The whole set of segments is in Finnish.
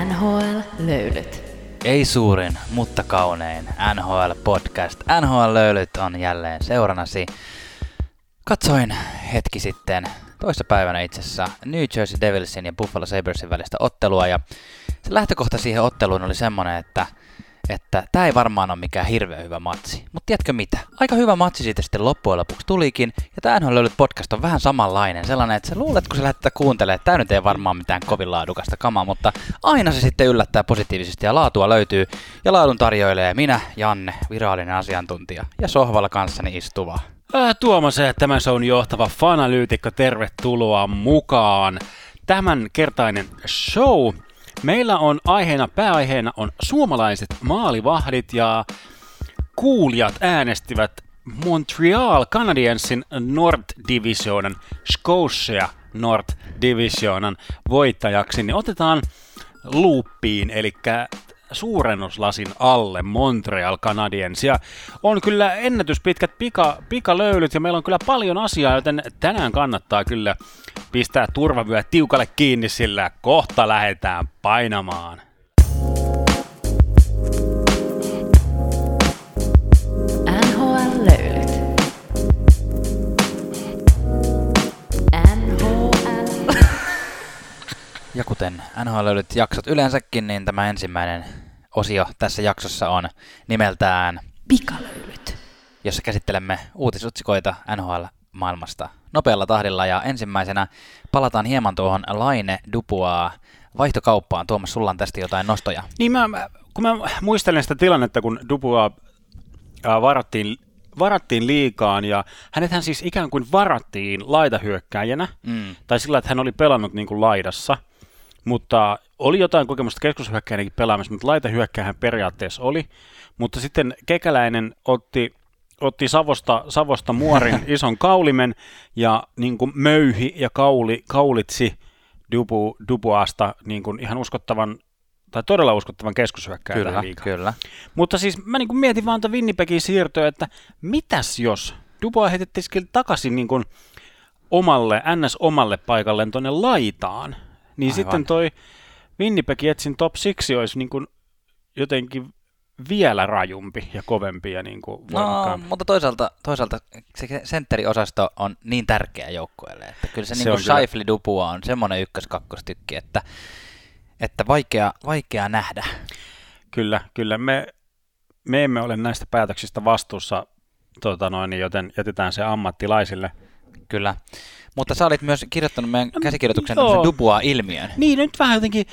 NHL-löylyt. Ei suurin, mutta kaunein NHL-podcast. NHL-löylyt on jälleen seuranasi. Katsoin hetki sitten, toissapäivänä itse asiassa, New Jersey Devilsin ja Buffalo Sabresin välistä ottelua. Ja se lähtökohta siihen otteluun oli semmoinen, että tämä ei varmaan ole mikään hirveän hyvä matsi. Mutta tiedätkö mitä? Aika hyvä matsi siitä sitten loppujen lopuksi tulikin. Ja tämä NHL-löylyt podcast on vähän samanlainen. Sellainen, että sä luulet, kun sä lähdet tätä kuuntelemaan, että tämä nyt ei varmaan mitään kovin laadukasta kamaa. Mutta aina se sitten yllättää positiivisesti ja laatua löytyy. Ja laadun tarjoilee minä, Janne, virallinen asiantuntija. Ja sohvalla kanssani istuva Tuomas, tämän shown johtava fanalyytikko, tervetuloa mukaan. Tämänkertainen show. Meillä on pääaiheena on suomalaiset maalivahdit ja kuulijat äänestivät Montreal Canadiensin North Divisionan, Scotia North Divisionan voittajaksi. Niin otetaan luuppiin, eli suurennuslasin alle Montreal Canadiens. Ja on kyllä ennätyspitkät pikalöylyt ja meillä on kyllä paljon asiaa, joten tänään kannattaa kyllä pistää turvavyö tiukalle kiinni, sillä kohta lähdetään painamaan. NHL-löylyt. Ja kuten NHL-löylyt jaksot yleensäkin, niin tämä ensimmäinen osio tässä jaksossa on nimeltään Pikalöylyt, jossa käsittelemme uutisotsikoita NHL-maailmasta nopealla tahdilla. Ja ensimmäisenä palataan hieman tuohon Laine Dubois vaihtokauppaan. Tuomas, sulla on tästä jotain nostoja. Niin kun mä muistelen sitä tilannetta, kun Dubois varattiin liigaan, ja hänethän siis ikään kuin varattiin laitahyökkääjänä, tai sillä, että hän oli pelannut niin kuin laidassa, mutta oli jotain kokemusta keskushyökkääjänäkin pelaamassa, mutta laitahyökkääjä hän periaatteessa oli, mutta sitten Kekäläinen otti Savosta muorin ison kaulimen ja niin kuin möyhi ja kaulitsi Duboista niin kuin ihan uskottavan tai todella uskottavan keskushyökkääjän tähän liigaan. Kyllä. Mutta siis mä niin kuin mietin vaan Winnipegin siirtoa, että mitäs jos Dubois heitettiin takaisin niin kuin omalle paikalleen tuonne laitaan, niin aivan. Sitten toi Winnipeg Jetsin top 6 olisi niin kuin jotenkin vielä rajumpi ja kovempi ja niin kuin voimakkaampi. No, mutta toisaalta se sentteriosasto on niin tärkeä joukkueelle, että kyllä se niin kuin Scheifele Dubois on semmoinen ykkös-kakkostykki, että vaikea nähdä. Kyllä. Me emme ole näistä päätöksistä vastuussa, joten jätetään se ammattilaisille. Kyllä, mutta sä olit myös kirjoittanut meidän käsikirjoituksen Dubois-ilmiön. Niin, nyt vähän jotenkin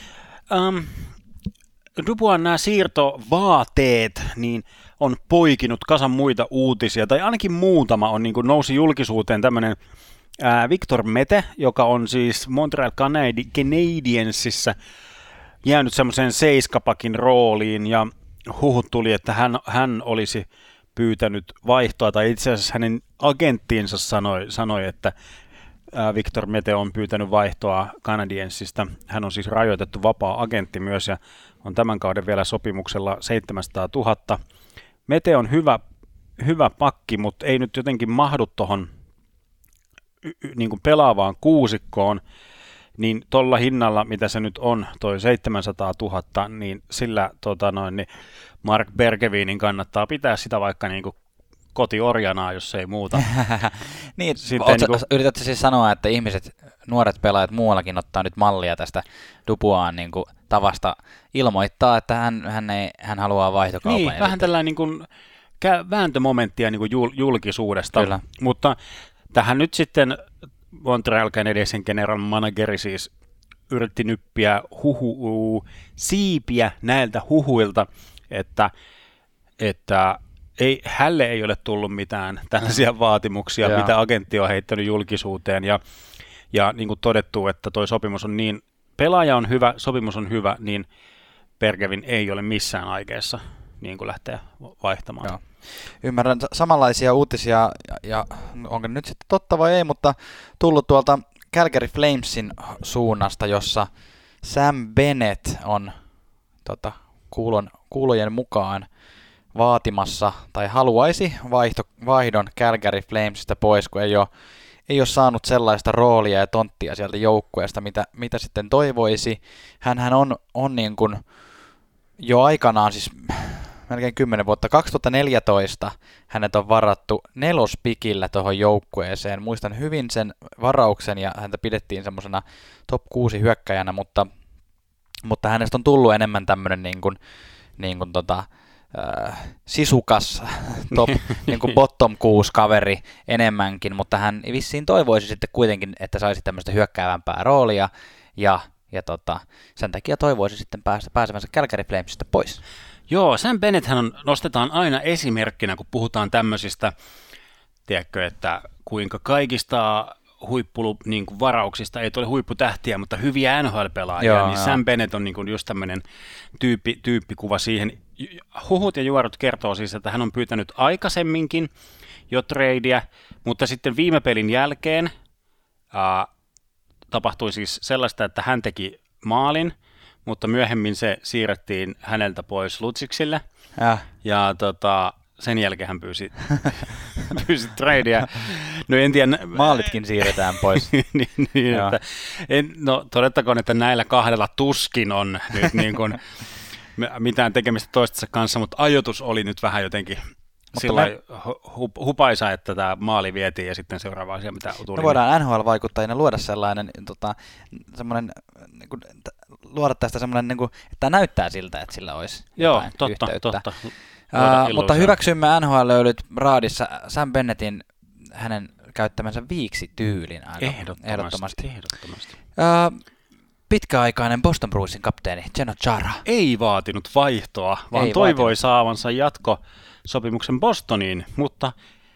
Dubois nämä siirtovaateet niin on poikinut kasan muita uutisia, tai ainakin muutama on niin kuin nousi julkisuuteen tämmöinen Victor Mete, joka on siis Montreal Canadiensissa jäänyt semmoiseen seiskapakin rooliin, ja huhut tuli, että hän olisi pyytänyt vaihtoa, tai itse asiassa hänen agenttiinsa sanoi, että Victor Mete on pyytänyt vaihtoa Canadiensista. Hän on siis rajoitettu vapaa-agentti myös, ja on tämän kauden vielä sopimuksella 700 000. Mete on hyvä pakki, mutta ei nyt jotenkin mahdu tuohon niin kuin pelaavaan kuusikkoon, niin tuolla hinnalla, mitä se nyt on, toi 700 000, niin sillä niin Mark Bergevinin kannattaa pitää sitä vaikka niin kuin kotiorjanaa, jos ei muuta. Niin, yritätkö siis sanoa, että nuoret pelaajat muuallakin ottaa nyt mallia tästä Duboisin niin kuin tavasta ilmoittaa, että hän haluaa vaihtokaupan. Niin, vähän tällainen niin kuin vääntömomenttia niin kuin julkisuudesta. Kyllä. Mutta tähän nyt sitten Montreal Canadiensin general manageri siis yritti nyppiä siipiä näiltä huhuilta, että hälle ei ole tullut mitään tällaisia vaatimuksia, mitä agentti on heittänyt julkisuuteen, ja niin kuin todettu, että toi sopimus on niin, pelaaja on hyvä, sopimus on hyvä, niin Bergevin ei ole missään aikeessa niin kuin lähteä vaihtamaan. Joo. Ymmärrän samanlaisia uutisia, ja onko nyt sitten totta vai ei, mutta tullut tuolta Calgary Flamesin suunnasta, jossa Sam Bennett on kuulojen mukaan vaatimassa tai haluaisi vaihdon Calgary Flamesista pois, kun ei ole saanut sellaista roolia ja tonttia sieltä joukkueesta, mitä sitten toivoisi. Hänhän on niin kuin jo aikanaan, siis melkein 10 vuotta, 2014 hänet on varattu 4. pikillä tuohon joukkueeseen. Muistan hyvin sen varauksen ja häntä pidettiin semmoisena top 6 hyökkäjänä, mutta hänestä on tullut enemmän tämmöinen sisukas top, niin kuin bottom 6 kaveri enemmänkin, mutta hän vissiin toivoisi sitten kuitenkin, että saisi tämmöistä hyökkäävämpää roolia ja sen takia toivoisi sitten pääsevänsä Calgary Flamesista pois. Joo, Sam Bennetthän nostetaan aina esimerkkinä, kun puhutaan tämmöisistä, tiedätkö, että kuinka kaikista niin kuin varauksista ei tule huipputähtiä, mutta hyviä NHL-pelaajia, niin Sam Bennett on niin kuin just tämmöinen tyyppikuva siihen. Huhut ja juorut kertoo siis, että hän on pyytänyt aikaisemminkin jo tradeä, mutta sitten viime pelin jälkeen tapahtui siis sellaista, että hän teki maalin, mutta myöhemmin se siirrettiin häneltä pois Lutsiksille. Ja sen jälkeen hän pyysi tradea. No en tiedä. Maalitkin siirretään pois. niin, todettakoon, että näillä kahdella tuskin on nyt niin kuin mitään tekemistä toistensa kanssa, mutta ajoitus oli nyt vähän jotenkin sillä hupaisa, että tämä maali vietiin ja sitten seuraava asia, mitä tuli. Me voidaan NHL-vaikuttajina luoda sellainen, luoda tästä semmoinen, että tämä näyttää siltä, että sillä olisi yhteyttä. Totta. Mutta hyväksymme NHL-löylyt raadissa Sam Bennettin hänen käyttämänsä viiksi-tyylin ehdottomasti. Pitkäaikainen Boston Bruinsin kapteeni Zdeno Chara ei vaatinut vaihtoa, vaan toivoi saavansa jatkosopimuksen Bostoniin, mutta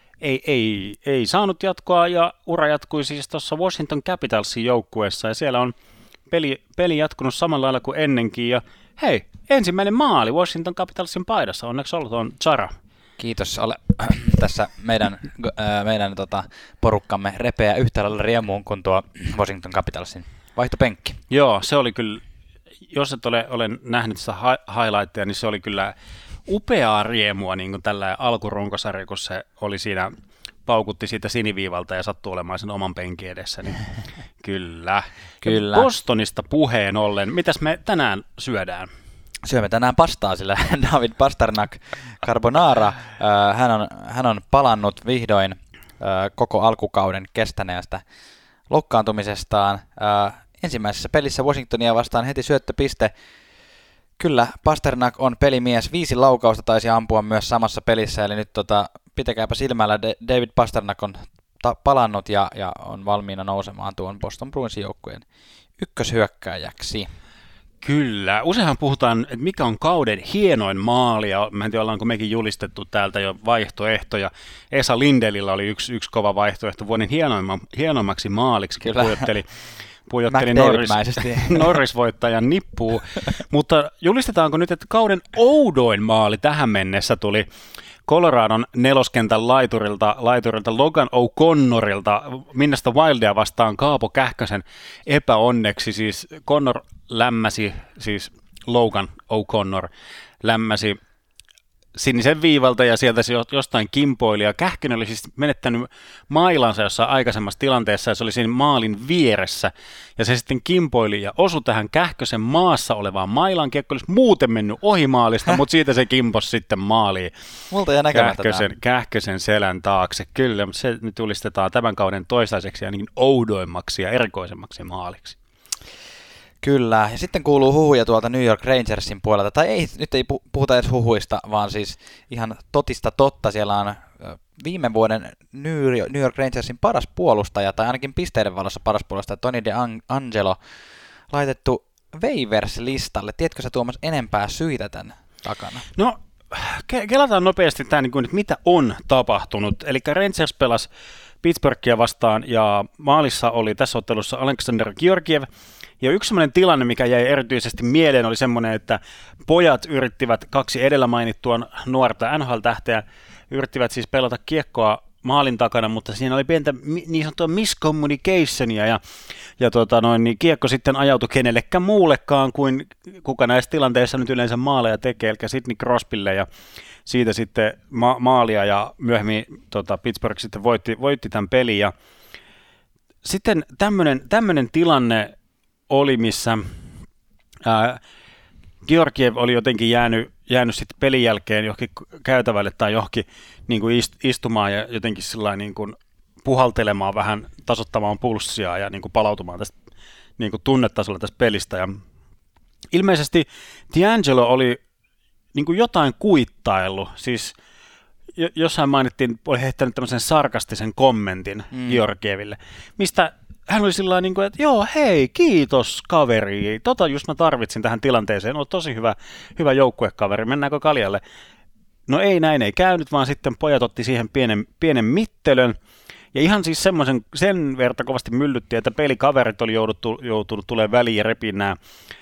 ei saanut jatkoa ja ura jatkui siis tuossa Washington Capitalsin joukkueessa ja siellä on peli jatkunut samalla lailla kuin ennenkin ja hei, ensimmäinen maali Washington Capitalsin paidassa, onneksi olkoon Chara. Kiitos, tässä meidän porukkamme repeää yhtä lailla riemuun kuin tuo Washington Capitalsin vaihtopenkki. Joo, se oli kyllä, jos et ole nähnyt sitä highlightteja, niin se oli kyllä upeaa riemua niin kuin tällä alkurunkosarja, kun se oli siinä, paukutti siitä siniviivalta ja sattui olemaan sen oman penkin edessä, niin kyllä. Bostonista puheen ollen, mitäs me tänään syödään? Syömme tänään pastaa, sillä David Pastrnak Carbonara, hän on palannut vihdoin koko alkukauden kestäneestä loukkaantumisestaan. Ensimmäisessä pelissä Washingtonia vastaan heti syöttöpiste. Kyllä, Pastrnak on pelimies, 5 laukausta taisi ampua myös samassa pelissä, eli nyt pitäkääpä silmällä, David Pastrnak on palannut ja on valmiina nousemaan tuon Boston Bruinsin joukkueen ykköshyökkääjäksi. Kyllä. Useinhan puhutaan, että mikä on kauden hienoin maali, ja mä en tiedä, ollaanko mekin julistettu täältä jo vaihtoehtoja. Esa Lindelillä oli yksi kova vaihtoehto vuoden hienoimmaksi maaliksi, kun pujotteli Norris-voittajan nippuun. Mutta julistetaanko nyt, että kauden oudoin maali tähän mennessä tuli Coloradon neloskentän laiturilta Logan O'Connorilta, Minnesota Wildia vastaan Kaapo Kähkösen epäonneksi, siis Connor lämmäsi, siis Logan O'Connor lämmäsi sinisen viivalta ja sieltä se jostain kimpoili ja Kähkönen oli siis menettänyt mailansa jossain aikaisemmassa tilanteessa ja se oli siinä maalin vieressä ja se sitten kimpoili ja osui tähän Kähkösen maassa olevaan mailaan. Kiekko olisi muuten mennyt ohi maalista, mutta siitä se kimposi sitten maaliin. Multa jää näkemättä Kähkösen selän taakse. Kyllä, mutta se nyt julistetaan tämän kauden toistaiseksi ja niin oudoimmaksi ja erikoisemmaksi maaliksi. Kyllä, ja sitten kuuluu huhuja tuolta New York Rangersin puolelta, tai ei, nyt ei puhuta edes huhuista, vaan siis ihan totista totta, siellä on viime vuoden New York Rangersin paras puolustaja, tai ainakin pisteiden valossa paras puolustaja, Tony DeAngelo, laitettu waivers-listalle. Tiedätkö sä, Tuomas, enempää syitä tämän takana? No, kelataan nopeasti tämä, niin kuin, että mitä on tapahtunut. Eli Rangers pelasi Pittsburghia vastaan, ja maalissa oli tässä ottelussa Alexander Georgiev. Ja yksi sellainen tilanne, mikä jäi erityisesti mieleen, oli semmoinen, että pojat yrittivät, 2 edellä mainittua nuorta NHL-tähteä, yrittivät siis pelata kiekkoa maalin takana, mutta siinä oli pientä niin sanottua miscommunicationia, ja niin kiekko sitten ajautui kenellekään muullekaan kuin kuka näissä tilanteissa nyt yleensä maaleja tekee, eli Sidney Crosbylle, ja siitä sitten maalia, ja myöhemmin Pittsburgh sitten voitti tämän pelin, ja sitten tämmöinen tilanne oli, missä Georgiev oli jotenkin jäänyt sitten pelin jälkeen johonkin käytävälle tai johonkin niin kuin istumaan ja jotenkin sillain niin kuin puhaltelemaan vähän, tasoittamaan pulssia ja niin kuin palautumaan tästä niin kuin tunnetasolla tästä pelistä. Ja ilmeisesti D'Angelo oli niin kuin jotain kuittaillut, siis jossain mainittiin, oli heittänyt tämmöisen sarkastisen kommentin Georgieville, mistä hän oli sillä niin kuin, että joo, hei, kiitos kaveri, just mä tarvitsin tähän tilanteeseen, on tosi hyvä joukkuekaveri, mennäänkö kaljalle? No ei, näin ei käynyt, vaan sitten pojat otti siihen pienen mittelön, ja ihan siis sen verran kovasti myllytti, että pelikaverit oli joutunut tulemaan väliin ja repiin nämä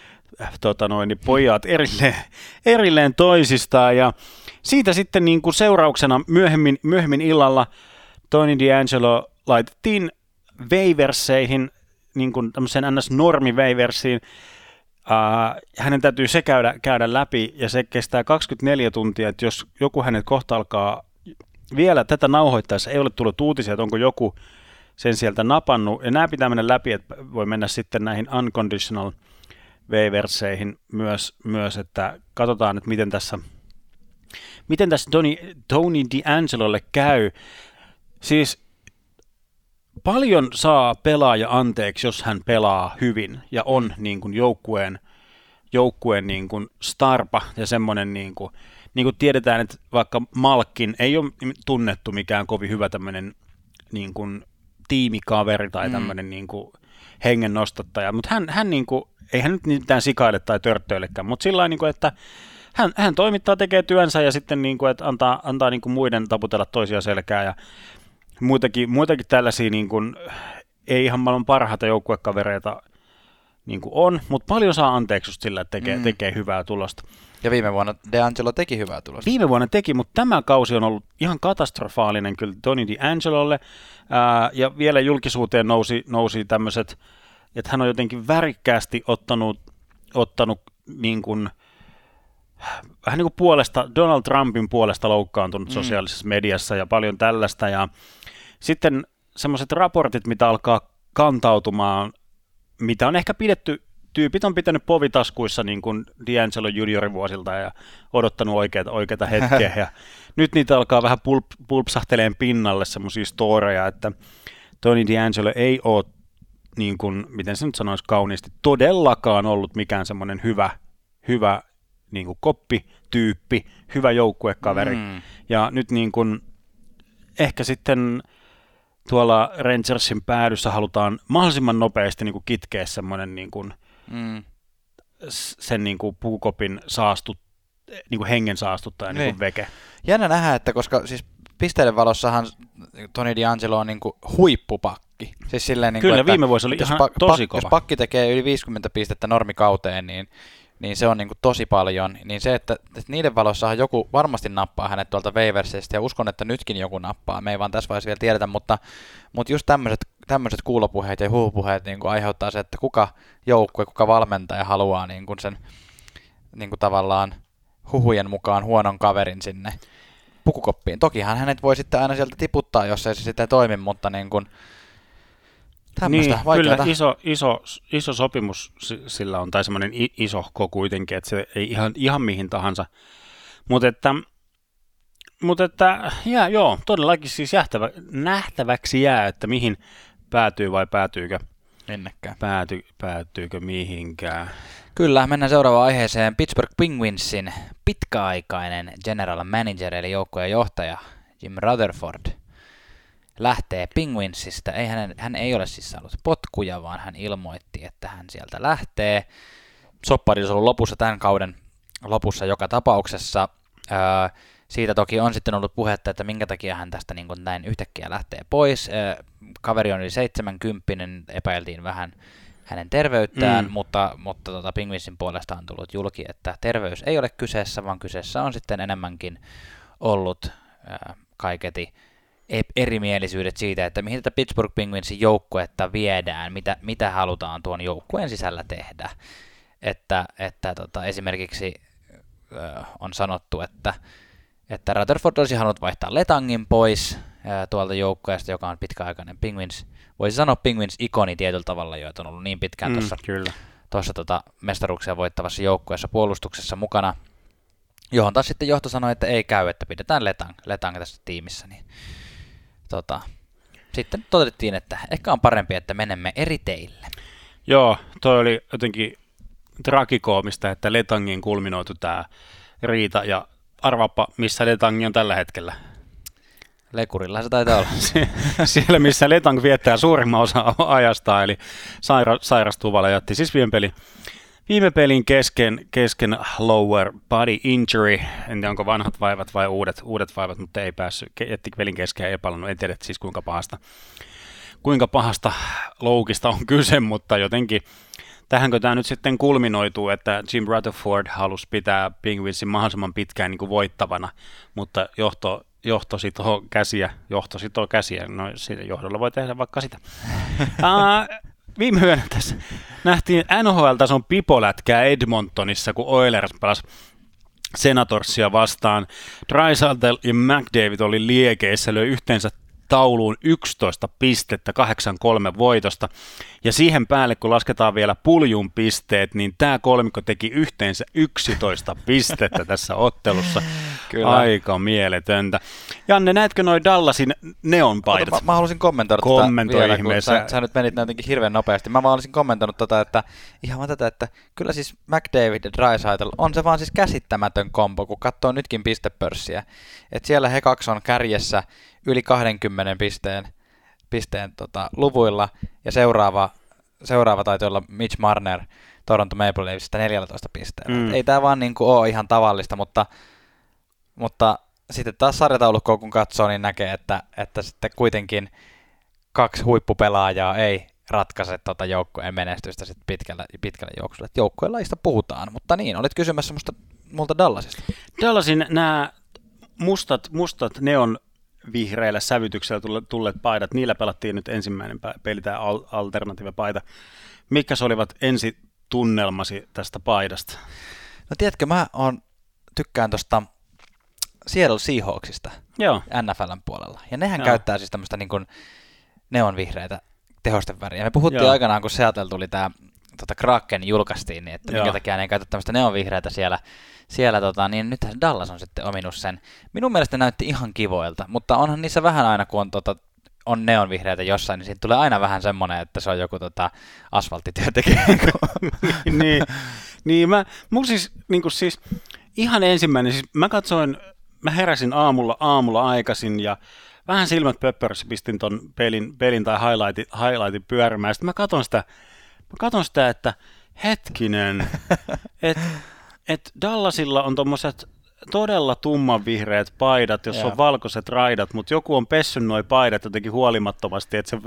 pojat erilleen toisistaan, ja siitä sitten niin kuin seurauksena myöhemmin illalla Tony D'Angelo laitettiin waiverseihin, niin kuin tämmöiseen NS-normi-waiversiin. Hänen täytyy se käydä läpi, ja se kestää 24 tuntia, että jos joku hänet kohta alkaa vielä tätä nauhoittaessa, ei ole tullut uutisia, että onko joku sen sieltä napannut, ja nämä pitää mennä läpi, että voi mennä sitten näihin unconditional waiverseihin myös, että katsotaan, että miten tässä Tony D'Angelolle käy. Siis paljon saa pelaaja anteeksi, jos hän pelaa hyvin ja on niin kuin joukkueen niin kuin starpa ja semmoinen, niin kuin tiedetään, että vaikka Malkin ei ole tunnettu mikään kovin hyvä tämmöinen niin kuin tiimikaveri tai tämmöinen niin kuin hengen nostattaja, mutta hän niin kuin, ei hän nyt mitään sikaile tai törttöillekään, mutta sillä niin kuin, että hän toimittaa, tekee työnsä ja sitten niin kuin, että antaa niin kuin muiden taputella toisia selkää ja muitakin tällaisia niin kuin, ei ihan maailman parhaita joukkuekavereita niin kuin on, mutta paljon saa anteeksi just sillä, että tekee hyvää tulosta. Ja viime vuonna D'Angelo teki hyvää tulosta. Viime vuonna teki, mutta tämä kausi on ollut ihan katastrofaalinen kyllä Tony D'Angelolle, ja vielä julkisuuteen nousi tämmöiset, että hän on jotenkin värikkäästi ottanut niin kuin, vähän niin kuin Donald Trumpin puolesta loukkaantunut sosiaalisessa mediassa ja paljon tällaista, ja sitten semmoiset raportit, mitä alkaa kantautumaan, mitä on ehkä tyypit on pitänyt povitaskuissa niin kuin D'Angelo juniorin vuosilta ja odottanut oikeita hetkeä, ja nyt niitä alkaa vähän pulpsahteleen pinnalle semmoisia storeja, että Tony D'Angelo ei ole, niin kuin, miten se nyt sanoisi kauniisti, todellakaan ollut mikään semmoinen hyvä niin kuin koppityyppi, hyvä joukkuekaveri, ja nyt niin kuin, ehkä sitten tuolla Rangersin päädyssä halutaan mahdollisimman nopeasti niin kuin kitkeä semmoinen niin kuin, sen niin kuin pukukopin niin kuin hengen saastuttaja niin kuin veke. Jännä nähdä, että koska siis pisteiden valossahan Tony D'Angelo on niin kuin huippupakki. Siis silleen, niin kyllä, kuin, että viime vuosi oli ihan tosi kova. Jos pakki tekee yli 50 pistettä normikauteen, niin se on niin kuin tosi paljon. Niin se, että niiden valossahan joku varmasti nappaa hänet tuolta waiversista, ja uskon, että nytkin joku nappaa. Me ei vaan tässä vaiheessa vielä tiedetä, mutta just tämmöiset kuulopuheet ja huhupuheet niin kuin aiheuttaa se, että kuka joukkue, kuka valmentaja haluaa niin kuin sen niin kuin tavallaan huhujen mukaan huonon kaverin sinne pukukoppiin. Tokihan hänet voi sitten aina sieltä tiputtaa, jos ei se sitten toimi, mutta niin kuin tämmöistä vaikeata. Kyllä iso sopimus sillä on, tai semmoinen isohko kuitenkin, että se ei ihan mihin tahansa. Mutta että joo, todellakin siis nähtäväksi jää, että mihin päätyy vai päätyykö minnekään. Päätyykö mihinkään. Kyllä, mennään seuraavaan aiheeseen. Pittsburgh Penguinsin pitkäaikainen general manager eli joukkueen johtaja Jim Rutherford lähtee Penguinsista. Hän ei ole siis saanut potkuja, vaan hän ilmoitti, että hän sieltä lähtee. Soppari on ollut lopussa tämän kauden lopussa joka tapauksessa. Siitä toki on sitten ollut puhetta, että minkä takia hän tästä niin kuin näin yhtäkkiä lähtee pois. Kaveri on yli 70, epäiltiin vähän hänen terveyttään, mutta Penguinsin puolesta on tullut julki, että terveys ei ole kyseessä, vaan kyseessä on sitten enemmänkin ollut kaiketi erimielisyydet siitä, että mihin tätä Pittsburgh Penguinsin joukkuetta viedään, mitä halutaan tuon joukkueen sisällä tehdä. Että esimerkiksi on sanottu, että Rutherford olisi halunnut vaihtaa Letangin pois, tuolta joukkueesta, joka on pitkäaikainen Penguins. Voisi sanoa Penguins-ikoni tietyllä tavalla jo, että on ollut niin pitkään tuossa mestaruuksia voittavassa joukkueessa puolustuksessa mukana, johon taas sitten johto sanoi, että ei käy, että pidetään Letang tässä tiimissä. Niin, sitten todettiin, että ehkä on parempi, että menemme eri teille. Joo, toi oli jotenkin tragikoomista, että Letangin kulminoitu tämä riita, ja arvaappa, missä Letang on tällä hetkellä. Lekurilla se taitaa olla. Siellä, missä Letang viettää suurimman osa ajasta, eli sairastuvalla jätti siis viime pelin kesken lower body injury. En tiedä, onko vanhat vaivat vai uudet vaivat, mutta ei päässyt, jätti pelin kesken ja palannut. En tiedä siis kuinka pahasta loukista on kyse, mutta jotenkin tähänkö tämä nyt sitten kulminoituu, että Jim Rutherford halusi pitää Penguinsin mahdollisimman pitkään niin kuin voittavana, mutta johto sitoo käsiä, no siitä johdolla voi tehdä vaikka sitä. Viime yönä tässä nähtiin NHL-tason pipolätkää Edmontonissa, kun Oilers pelasi Senatorsia vastaan. Draisaitl ja McDavid oli liekeissä, löi yhteensä tauluun 11 pistettä 8-3 voitosta. Ja siihen päälle, kun lasketaan vielä puljun pisteet, niin tämä kolmikko teki yhteensä 11 pistettä tässä ottelussa. Kyllä. Aika mieletöntä. Janne, näetkö noi Dallasin neonpaidat? Mä halusin kommentoida vielä, ihmeessä. Sä nyt menit jotenkin hirveän nopeasti. Mä olisin kommentoinut että ihan tätä, että kyllä siis McDavid ja Draisaitl on se vaan siis käsittämätön kombo, kun katsoo nytkin pistepörssiä. Että siellä he kaksi on kärjessä yli 20 pisteen luvuilla, ja seuraava taitaa olla Mitch Marner Toronto Maple Leafsistä 14 pisteellä. Ei tää vaan niinku ole ihan tavallista, mutta sitten taas sarjataulukkoa kun katsoo, niin näkee, että sitten kuitenkin kaksi huippupelaajaa ei ratkaise joukkueen menestystä sitten pitkällä juoksulla. Joukkueen lajista puhutaan, mutta niin, olit kysymässä multa Dallasista. Dallasin nämä mustat neon vihreillä sävytyksellä tulleet paidat, niillä pelattiin nyt ensimmäinen peli, tämä Alternative-paita. Mitkäs olivat ensitunnelmasi tästä paidasta? No tiedätkö, tykkään tuosta Seattle Seahawksista NFLn puolella. Ja nehän käyttää siis tämmöistä niin kuin neonvihreitä tehosteväriä. Me puhuttiin aikanaan, kun Seattle tuli tämä Kraken julkaistiin, niin että minkä takia ne ei käytä tämmöistä neonvihreitä siellä niin nythän Dallas on sitten ominut sen. Minun mielestä näytti ihan kivoilta, mutta onhan niissä vähän aina, kun on neonvihreitä jossain, niin siitä tulee aina vähän semmoinen, että se on joku asfalttityöntekijä. niin mun siis ihan ensimmäinen, siis mä heräsin aamulla aikaisin ja vähän silmät pöppörössä pistin ton pelin tai highlightin pyörimään. Sitten mä katon sitä, että hetkinen, että Dallasilla on tommoset todella tummanvihreät paidat, jossa on valkoiset raidat, mutta joku on pessyt noi paidat jotenkin huolimattomasti, että se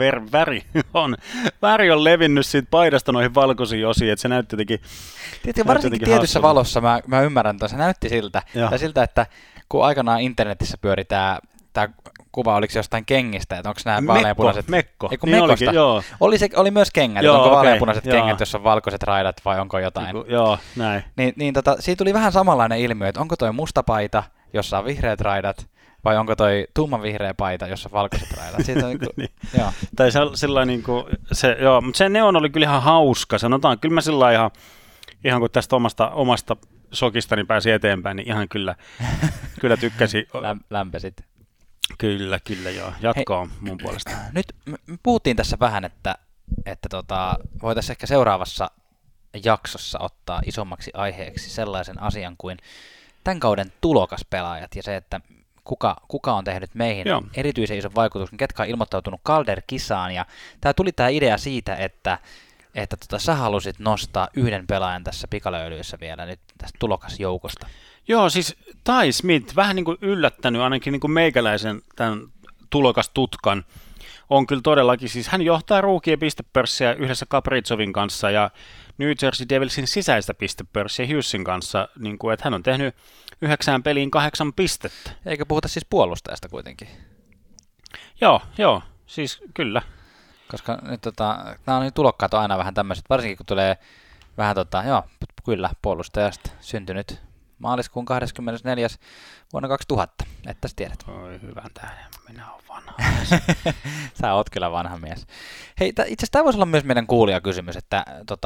väri on levinnyt siitä paidasta noihin valkoisiin osiin, että se näytti jotenkin. Tietysti varsinkin tietyssä valossa mä ymmärrän, että se näytti siltä, että kun aikanaan internetissä pyöri tämä kuva, oliko se jostain kengistä, että onko nämä vaaleanpunaiset... Mekko. Eiku niin Mekosta. Oli myös kengät, että onko vaaleanpunaiset kengät, jos on valkoiset raidat vai onko jotain. Näin. Siitä tuli vähän samanlainen ilmiö, että onko toi musta paita, jossa on vihreät raidat, vai onko toi tummanvihreä paita, jossa on valkoiset raidat. Siitä on niin. Tai sellainen mutta se neon oli kyllä ihan hauska, sanotaan, kyllä mä sillä ihan kun tästä omasta sokistani pääsi eteenpäin, niin ihan kyllä tykkäsin. Lämpesit. Kyllä joo. Jatkoa mun puolesta. Nyt me puhuttiin tässä vähän, että voitaisiin ehkä seuraavassa jaksossa ottaa isommaksi aiheeksi sellaisen asian kuin tämän kauden tulokaspelaajat ja se, että kuka on tehnyt meihin erityisen ison vaikutuksen, ketkä on ilmoittautunut Calder-kisaan. Ja tämä idea siitä, että sä halusit nostaa yhden pelaajan tässä pikalöylyssä vielä nyt tästä tulokasjoukosta. Joo, siis Ty Smith, vähän niin kuin yllättänyt ainakin niin kuin meikäläisen tämän tulokastutkan, on kyllä todellakin, siis hän johtaa ruukien pistepörssiä yhdessä Kaprizovin kanssa ja New Jersey Devilsin sisäistä pistepörssiä Hughesin kanssa, niin kuin, että hän on tehnyt 9 peliin 8 pistettä. Eikö puhuta siis puolustajasta kuitenkin? Joo, siis kyllä. Koska nyt nämä on tulokkaat on aina vähän tämmöiset, varsinkin kun tulee vähän kyllä puolustajasta syntynyt maaliskuun 24. vuonna 2000, että sä tiedät. Oi hyvän tähden, minä olen vanha. Sä oot kyllä vanha mies. Hei, itse asiassa tämä voisi olla myös meidän kuulijakysymys, että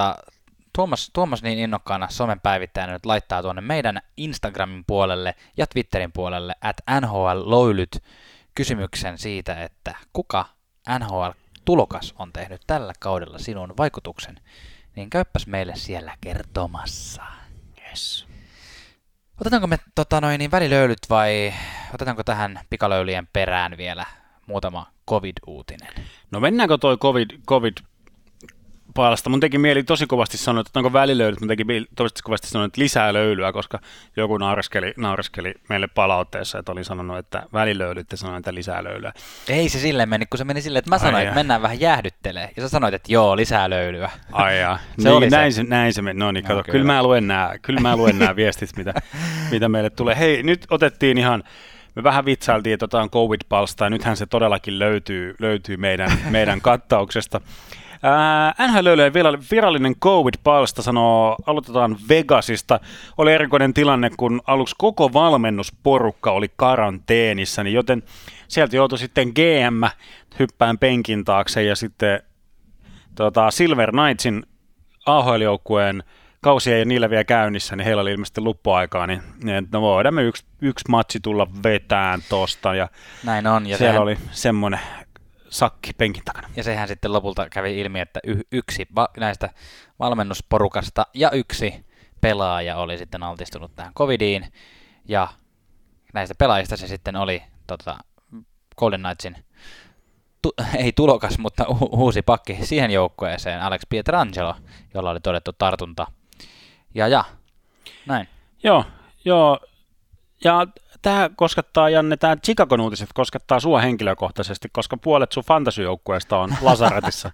Tuomas niin innokkaana somen päivittäjänä nyt laittaa tuonne meidän Instagramin puolelle ja Twitterin puolelle @NHLloilyt kysymyksen siitä, että kuka NHL-tulokas on tehnyt tällä kaudella sinun vaikutuksen, niin käyppäs meille siellä kertomassa. Yes. Otetaanko me välilöylyt vai otetaanko tähän pikalöylien perään vielä muutama COVID-uutinen? No mennäänkö toi COVID paalasta? Mun teki mieli tosi kovasti sanoa, että onko välilöylyt, mun teki mieli tosi kovasti sanoa, että lisää löylyä, koska joku naureskeli meille palautteessa, että oli sanonut, että välilöylyt ja sanoi, että lisää löylyä. Ei se silleen mennyt, kun se meni silleen, että mä sanoin, että mennään vähän jäähdyttelee, ja sä sanoit, että joo, lisää löylyä. Ai jaa, näin se meni. No niin, kato, kyllä mä luen nämä viestit, mitä meille tulee. Hei, nyt otettiin me vähän vitsailtiin, että otetaan COVID-palsta, ja nythän se todellakin löytyy meidän kattauksesta. NHL-löylyjen virallinen COVID-palsta sanoo, aloitetaan Vegasista. Oli erikoinen tilanne, kun aluksi koko valmennusporukka oli karanteenissa, niin joten sieltä joutui sitten GM hyppään penkin taakse ja sitten Silver Knightsin AHL-joukkueen kausi ei niillä vielä käynnissä, niin heillä oli ilmeisesti luppuaikaa, niin no voidaan me yksi matsi tulla vetään tosta. Ja näin on. Ja siellä oli semmoinen sakki penkin takana. Ja sehän sitten lopulta kävi ilmi, että yksi näistä valmennusporukasta ja yksi pelaaja oli sitten altistunut tähän covidiin. Ja näistä pelaajista se sitten oli Golden Knightsin, ei tulokas, mutta uusi pakki siihen joukkueeseen, Alex Pietrangelo, jolla oli todettu tartunta. Ja näin. Joo. Ja tämä koskettaa, Janne, tämä Chicagon uutiset koskettaa sua henkilökohtaisesti, koska puolet sun fantasy-joukkueesta on lasaretissa.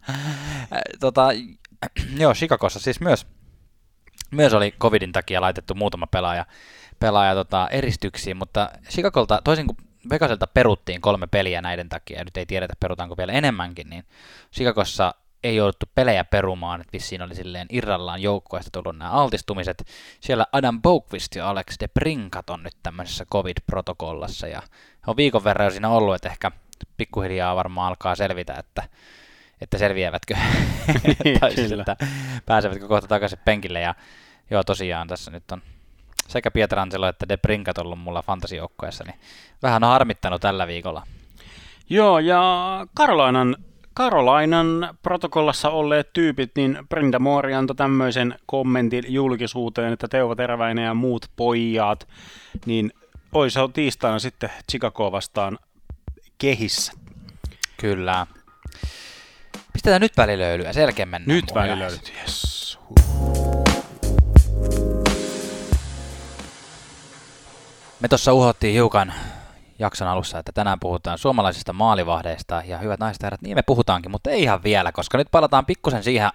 Joo, Chicagossa siis myös oli covidin takia laitettu muutama pelaaja eristyksiin, mutta Chicagolta, toisin kuin Vegaselta peruttiin 3 peliä näiden takia, ja nyt ei tiedetä perutaanko vielä enemmänkin, niin Chicagossa ei jouduttu pelejä perumaan, että vissiin oli silleen irrallaan joukkueesta tullut nämä altistumiset. Siellä Adam Boqvist ja Alex DeBrincat on nyt tämmöisessä COVID-protokollassa, ja on viikon verran jo siinä ollut, että ehkä pikkuhiljaa varmaan alkaa selvitä, että selviävätkö, tai siis, että pääsevätkö kohta takaisin penkille, ja joo, tosiaan tässä nyt on sekä Pietrangelo että DeBrincat ollut mulla fantasijoukkueessa, niin vähän on harmittanut tällä viikolla. Joo, ja Carolinan protokollassa olleet tyypit, niin Brenda Moore antoi tämmöisen kommentin julkisuuteen, että Teuvo Teräväinen ja muut pojat, niin se on tiistaina sitten Chicago vastaan kehissä. Kyllä. Pistetään nyt välilöylyä, selkeä mennään. Nyt välilöylyt, yes. Me tuossa uhottiin hiukan jakson alussa, että tänään puhutaan suomalaisista maalivahdeista, ja hyvät naiset ja herrat, niin me puhutaankin, mutta ei ihan vielä, koska nyt palataan pikkusen siihen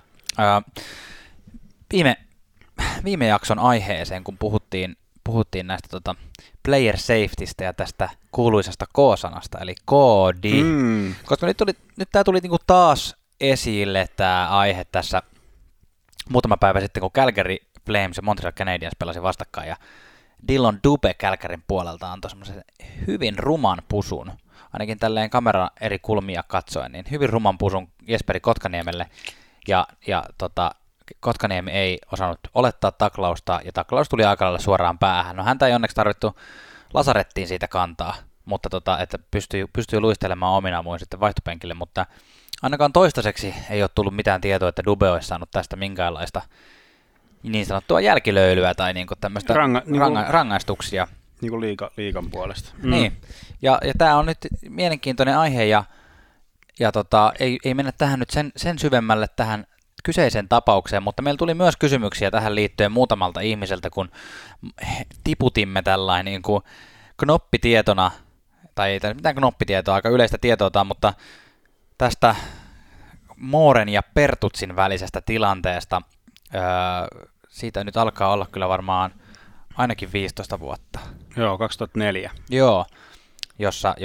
viime jakson aiheeseen, kun puhuttiin näistä player safetystä ja tästä kuuluisasta K-sanasta, eli koodi. Koska nyt tämä tuli niinku taas esille tämä aihe tässä muutama päivä sitten, kun Calgary Flames ja Montreal Canadiens pelasi vastakkain, ja Dillon Dubé Calgaryn puolelta antoi semmoisen hyvin ruman pusun, ainakin tälleen kamera eri kulmia katsoen, niin hyvin ruman pusun Jesperi Kotkaniemelle, ja Kotkaniemi ei osannut olettaa taklausta, ja taklaus tuli aika lailla suoraan päähän. No häntä ei onneksi tarvittu lasarettiin siitä kantaa, mutta että pystyy luistelemaan omina muun sitten vaihtopenkille, mutta ainakaan toistaiseksi ei ole tullut mitään tietoa, että Dubé olisi saanut tästä minkäänlaista niin sanottua jälkilöylyä tai niinku tämmöistä rangaistuksia. Niin kuin liigan puolesta. Niin, ja tämä on nyt mielenkiintoinen aihe, ja ei mennä tähän nyt sen syvemmälle tähän kyseiseen tapaukseen, mutta meillä tuli myös kysymyksiä tähän liittyen muutamalta ihmiseltä, kun tiputimme tällainen niin kuin knoppitietona, tai ei mitään knoppitietoa, aika yleistä tietoa, mutta tästä Mooren ja Pertutsin välisestä tilanteesta, siitä nyt alkaa olla kyllä varmaan ainakin 15 vuotta. Joo, 2004. Joo, jossa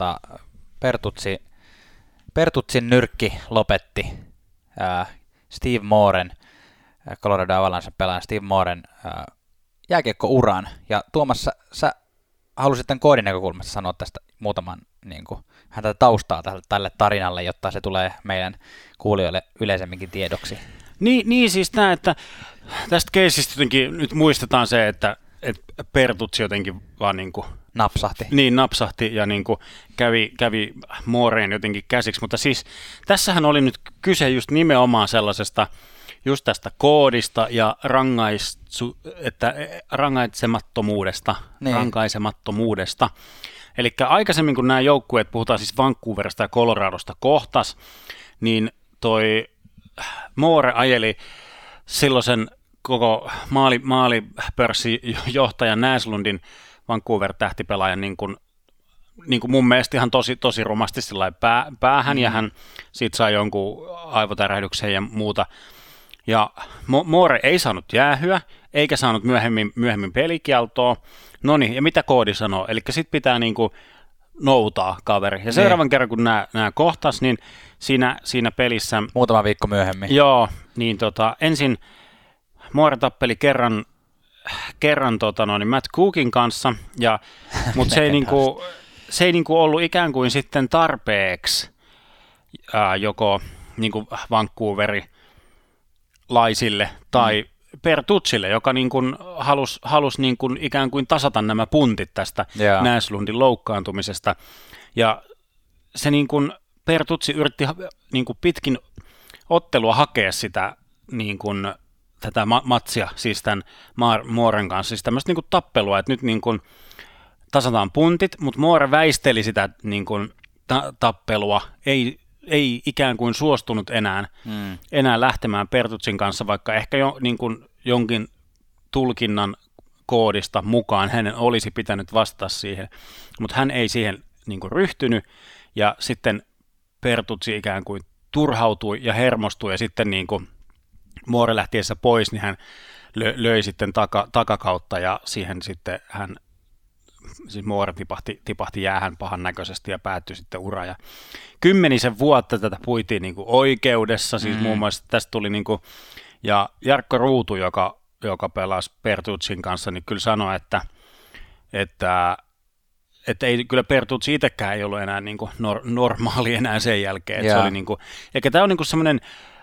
Pertutsin nyrkki lopetti Steve Mooren, Colorado Avalanchen pelaajan Steve Mooren jääkiekko-uran. Ja Tuomas, sä halusit tämän koodin näkökulmasta sanoa tästä muutaman niin kuin, häntä taustaa tälle tarinalle, jotta se tulee meidän kuulijoille yleisemminkin tiedoksi. Niin siis tämä, että tästä keisistä jotenkin nyt muistetaan se, että Pertutsi jotenkin vaan niin kuin napsahti ja niin kuin kävi Mooreen jotenkin käsiksi, mutta siis tässähän oli nyt kyse just nimenomaan sellaisesta just tästä koodista ja rankaisemattomuudesta. Eli aikaisemmin kun nämä joukkueet, puhutaan siis Vancouverista ja Coloradosta kohtas, niin toi Moore ajeli silloisen koko maalipörssijohtajan Näslundin Vancouver-tähtipelaajan niin kuin mun mielestä ihan tosi rumasti päähän, ja hän siitä sai jonkun aivotärähdyksen ja muuta. Ja Moore ei saanut jäähyä, eikä saanut myöhemmin pelikieltoa. No niin, ja mitä koodi sanoo? Eli sit pitää niinku noutaa kaveri. Ja seuraavan kerran, kun nämä kohtas, niin siinä pelissä... Muutama viikko myöhemmin. Joo, niin ensin Moore tappeli kerran Matt Cookin kanssa, mutta se ei ollut ikään kuin sitten tarpeeksi joko niinku vancouverilaisille tai Pertutsille, joka niin kuin halusi niin kuin ikään kuin tasata nämä puntit tästä Näslundin loukkaantumisesta. Ja se niin kuin Pertutsi yritti niin kuin pitkin ottelua hakea sitä niin kuin tätä matsia, siis tämän Mooren kanssa, siis tämmöistä niin kuin tappelua, että nyt niin kuin tasataan puntit, mutta Moore väisteli sitä niin kuin tappelua, ei ikään kuin suostunut enää lähtemään Pertutsin kanssa, vaikka ehkä niin kuin jonkin tulkinnan koodista mukaan hänen olisi pitänyt vastata siihen, mutta hän ei siihen niin kuin ryhtynyt, ja sitten Pertutsi ikään kuin turhautui ja hermostui, ja sitten niin kuin Moore lähtiessä pois, niin hän löi sitten takakautta, ja siihen sitten siis Moore tipahti jäähän pahan näköisesti ja päättyi sitten ura. Ja 10 vuotta tätä puitiin niin kuin oikeudessa, siis muun muassa tästä tuli, niin kuin, ja Jarkko Ruutu, joka pelasi Pertutsin kanssa, niin kyllä sanoi, että ei, kyllä Pertutsi itsekään ei ollut enää niin kuin normaali enää sen jälkeen. Että se oli niin kuin, eikä tämä on niin kuin semmoinen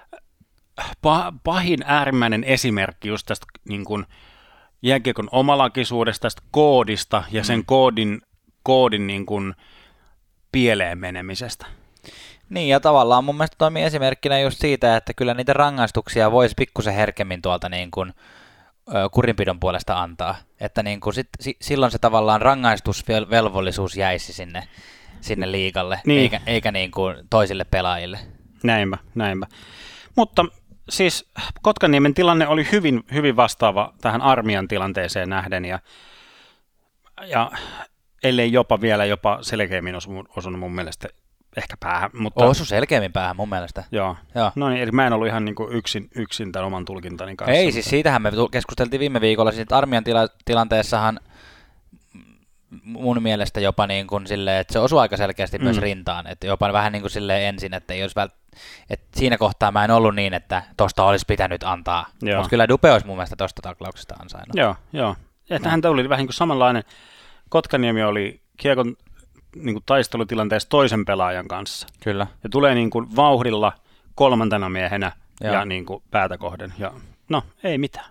pahin äärimmäinen esimerkki just tästä niin kuin jääkiekon omalakisuudesta, tästä koodista ja sen koodin niin kuin pieleen menemisestä. Niin, ja tavallaan mun mielestä toimii esimerkkinä just siitä, että kyllä niitä rangaistuksia voisi pikkusen herkemmin tuolta niin kuin kurinpidon puolesta antaa. Että niin kuin silloin se tavallaan rangaistusvelvollisuus jäisi sinne liigalle, niin. eikä niin kuin toisille pelaajille. Näinpä. Mutta siis Kotkaniemen tilanne oli hyvin, hyvin vastaava tähän Armian tilanteeseen nähden, ja ellei jopa selkeämmin osunut mun mielestä ehkä päähän. Mutta osu selkeämmin päähän mun mielestä. Joo. No niin, eli mä en ollut ihan niin kuin yksin tämän oman tulkintani kanssa. Ei, siis siitähän me keskusteltiin viime viikolla, siis Armian tilanteessahan mun mielestä jopa niin kuin silleen, että se osui aika selkeästi myös rintaan, että jopa vähän niin kuin silleen ensin, että ei olisi että siinä kohtaa mä en ollut niin, että tosta olisi pitänyt antaa, mutta kyllä Dupe olisi mun mielestä tosta taklauksesta ansainnut. Joo. Että häntä oli vähän niin kuin samanlainen, Kotkaniemi oli kiekon niin kuin taistelutilanteessa toisen pelaajan kanssa. Kyllä. Ja tulee niin kuin vauhdilla kolmantena miehenä ja niin kuin päätä kohden. Ja no, ei mitään.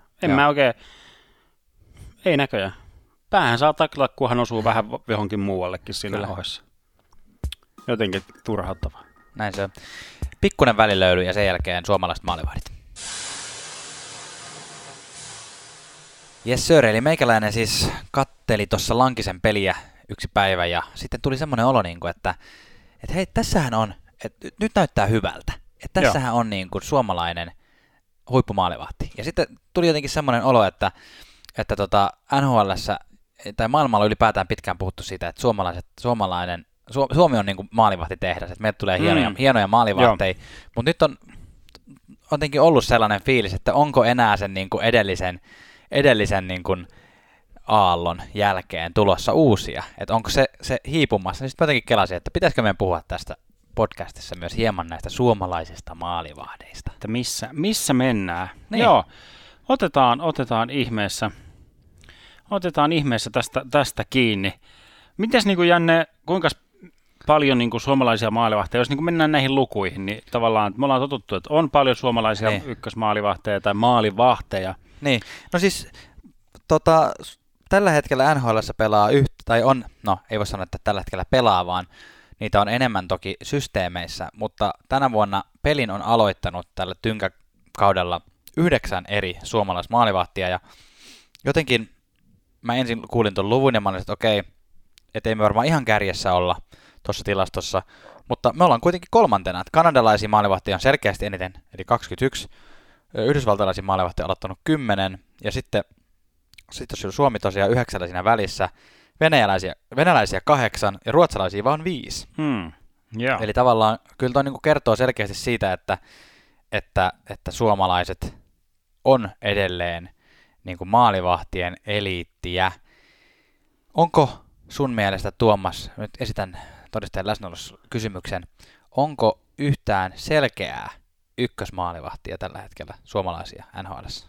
Ei näköjään. Päähän saa taklata, kun hän osuu vähän johonkin muuallekin siinä ohessa. Jotenkin turhauttavaa. Näin se on. Pikkunen välilöyly ja sen jälkeen suomalaiset maalivahdit. Yes sir, eli meikäläinen siis katteli tuossa Lankisen peliä yksi päivä ja sitten tuli semmoinen olo, että hei, tässähän on, että nyt näyttää hyvältä. Että tässähän on niin kuin suomalainen huippumaalivahti. Ja sitten tuli jotenkin semmoinen olo, että NHL:ssä tai maailmalla ylipäätään pitkään puhuttu siitä, että Suomi on niin kuin maalivahtitehdas, että meille tulee hienoja maalivahteja, mutta nyt on jotenkin ollut sellainen fiilis, että onko enää sen niin kuin edellisen niin kuin aallon jälkeen tulossa uusia, että onko se hiipumassa, niin sitten jotenkin kelasin, että pitäisikö meidän puhua tästä podcastissa myös hieman näistä suomalaisista maalivahdeista. Että missä mennään? Niin. Joo, otetaan ihmeessä. Otetaan ihmeessä tästä kiinni. Mites niin kuin Janne, kuinka paljon niin kuin suomalaisia maalivahteja, jos niin kuin mennään näihin lukuihin, niin tavallaan me ollaan totuttu, että on paljon suomalaisia ykkösmaalivahteja tai maalivahteja. Niin, no siis tällä hetkellä NHL:ssä pelaa ei voi sanoa, että tällä hetkellä pelaa, vaan niitä on enemmän toki systeemeissä, mutta tänä vuonna pelin on aloittanut tällä tynkäkaudella 9 eri suomalaismaalivahtia, ja jotenkin mä ensin kuulin tuon luvun ja mä olin, että okei, et ei me varmaan ihan kärjessä olla tuossa tilastossa, mutta me ollaan kuitenkin kolmantena, että kanadalaisia maalivahtia on selkeästi eniten, eli 21, yhdysvaltalaisia maalivahtia on aloittanut 10, ja sitten jos Suomi tosiaan 9 siinä välissä, venäläisiä 8 ja ruotsalaisia vaan 5. Yeah. Eli tavallaan kyllä toi niin kertoo selkeästi siitä, että suomalaiset on edelleen niin kuin maalivahtien eliittiä. Onko sun mielestä, Tuomas, nyt esitän todistajan läsnäolossa kysymyksen, onko yhtään selkeää ykkösmaalivahtia tällä hetkellä suomalaisia NHL:ssä?